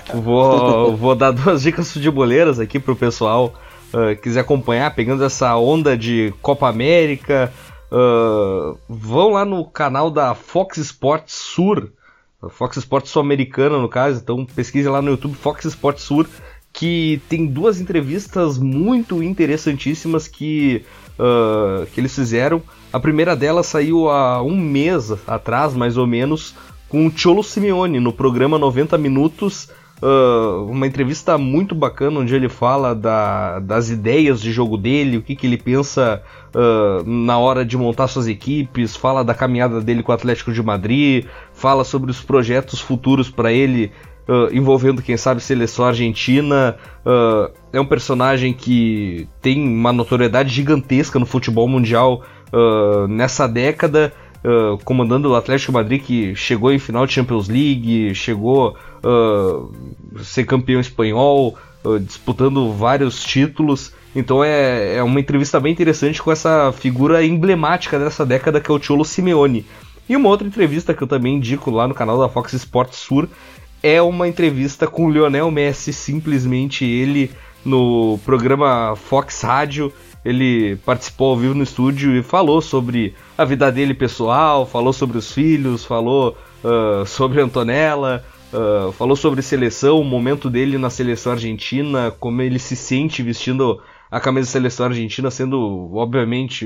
vou, vou dar duas dicas futeboleiras aqui pro pessoal. Uh, quiser acompanhar, pegando essa onda de Copa América, uh, vão lá no canal da Fox Sports Sur, Fox Sports Sul-Americana no caso, então pesquise lá no YouTube Fox Sports Sur, que tem duas entrevistas muito interessantíssimas que, uh, que eles fizeram. A primeira delas saiu há um mês atrás, mais ou menos, com o Cholo Simeone no programa noventa minutos. Uh, uma entrevista muito bacana onde ele fala da, das ideias de jogo dele, o que, que ele pensa uh, na hora de montar suas equipes, fala da caminhada dele com o Atlético de Madrid, fala sobre os projetos futuros para ele, uh, envolvendo, quem sabe, seleção argentina. Uh, é um personagem que tem uma notoriedade gigantesca no futebol mundial uh, nessa década. Uh, comandando o Atlético de Madrid, que chegou em final de Champions League, chegou a uh, ser campeão espanhol, uh, disputando vários títulos. Então é, é uma entrevista bem interessante com essa figura emblemática dessa década, que é o Cholo Simeone. E uma outra entrevista que eu também indico lá no canal da Fox Sports Sur é uma entrevista com o Lionel Messi, simplesmente ele no programa Fox Rádio. Ele participou ao vivo no estúdio e falou sobre a vida dele pessoal, falou sobre os filhos, falou uh, sobre a Antonella, uh, falou sobre seleção, o momento dele na seleção argentina, como ele se sente vestindo a camisa da seleção argentina, sendo, obviamente,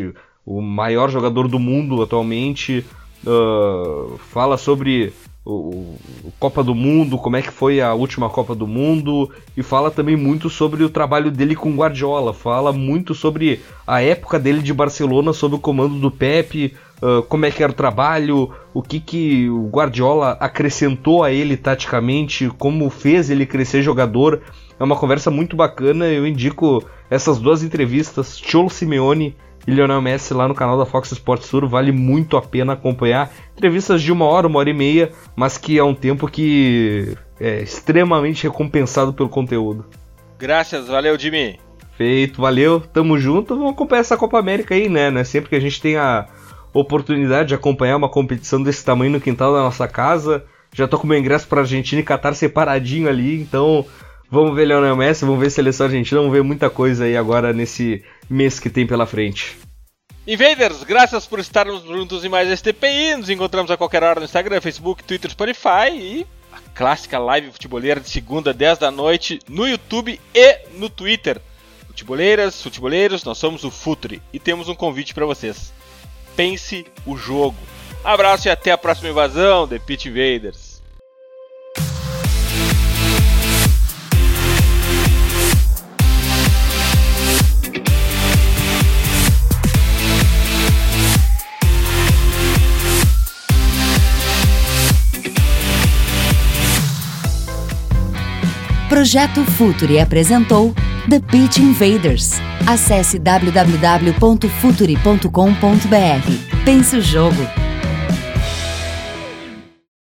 o maior jogador do mundo atualmente, uh, fala sobre o, o Copa do Mundo, como é que foi a última Copa do Mundo, e fala também muito sobre o trabalho dele com Guardiola, fala muito sobre a época dele de Barcelona sob o comando do Pepe, uh, como é que era o trabalho, o que, que o Guardiola acrescentou a ele taticamente, como fez ele crescer jogador. É uma conversa muito bacana, eu indico essas duas entrevistas, Cholo Simeone e Lionel Messi, lá no canal da Fox Sports Sur, vale muito a pena acompanhar. Entrevistas de uma hora, uma hora e meia, mas que é um tempo que é extremamente recompensado pelo conteúdo. Graças, valeu, Jimmy. Feito, valeu, tamo junto, vamos acompanhar essa Copa América aí, né? Não é sempre que a gente tem a oportunidade de acompanhar uma competição desse tamanho no quintal da nossa casa. Já tô com meu ingresso pra Argentina e Catar separadinho ali, então vamos ver Lionel Messi, vamos ver Seleção Argentina, vamos ver muita coisa aí agora nesse mês que tem pela frente. Invaders, graças por estarmos juntos em mais este T P I. Nos encontramos a qualquer hora no Instagram, Facebook, Twitter, Spotify e a clássica live futeboleira de segunda, dez da noite, no YouTube e no Twitter. Futeboleiras, futeboleiros, nós somos o Futuri e temos um convite para vocês. Pense o jogo. Abraço e até a próxima invasão, The Pitch Invaders. Projeto Futuri apresentou The Pitch Invaders. Acesse w w w ponto futuri ponto com ponto b r. Pense o jogo.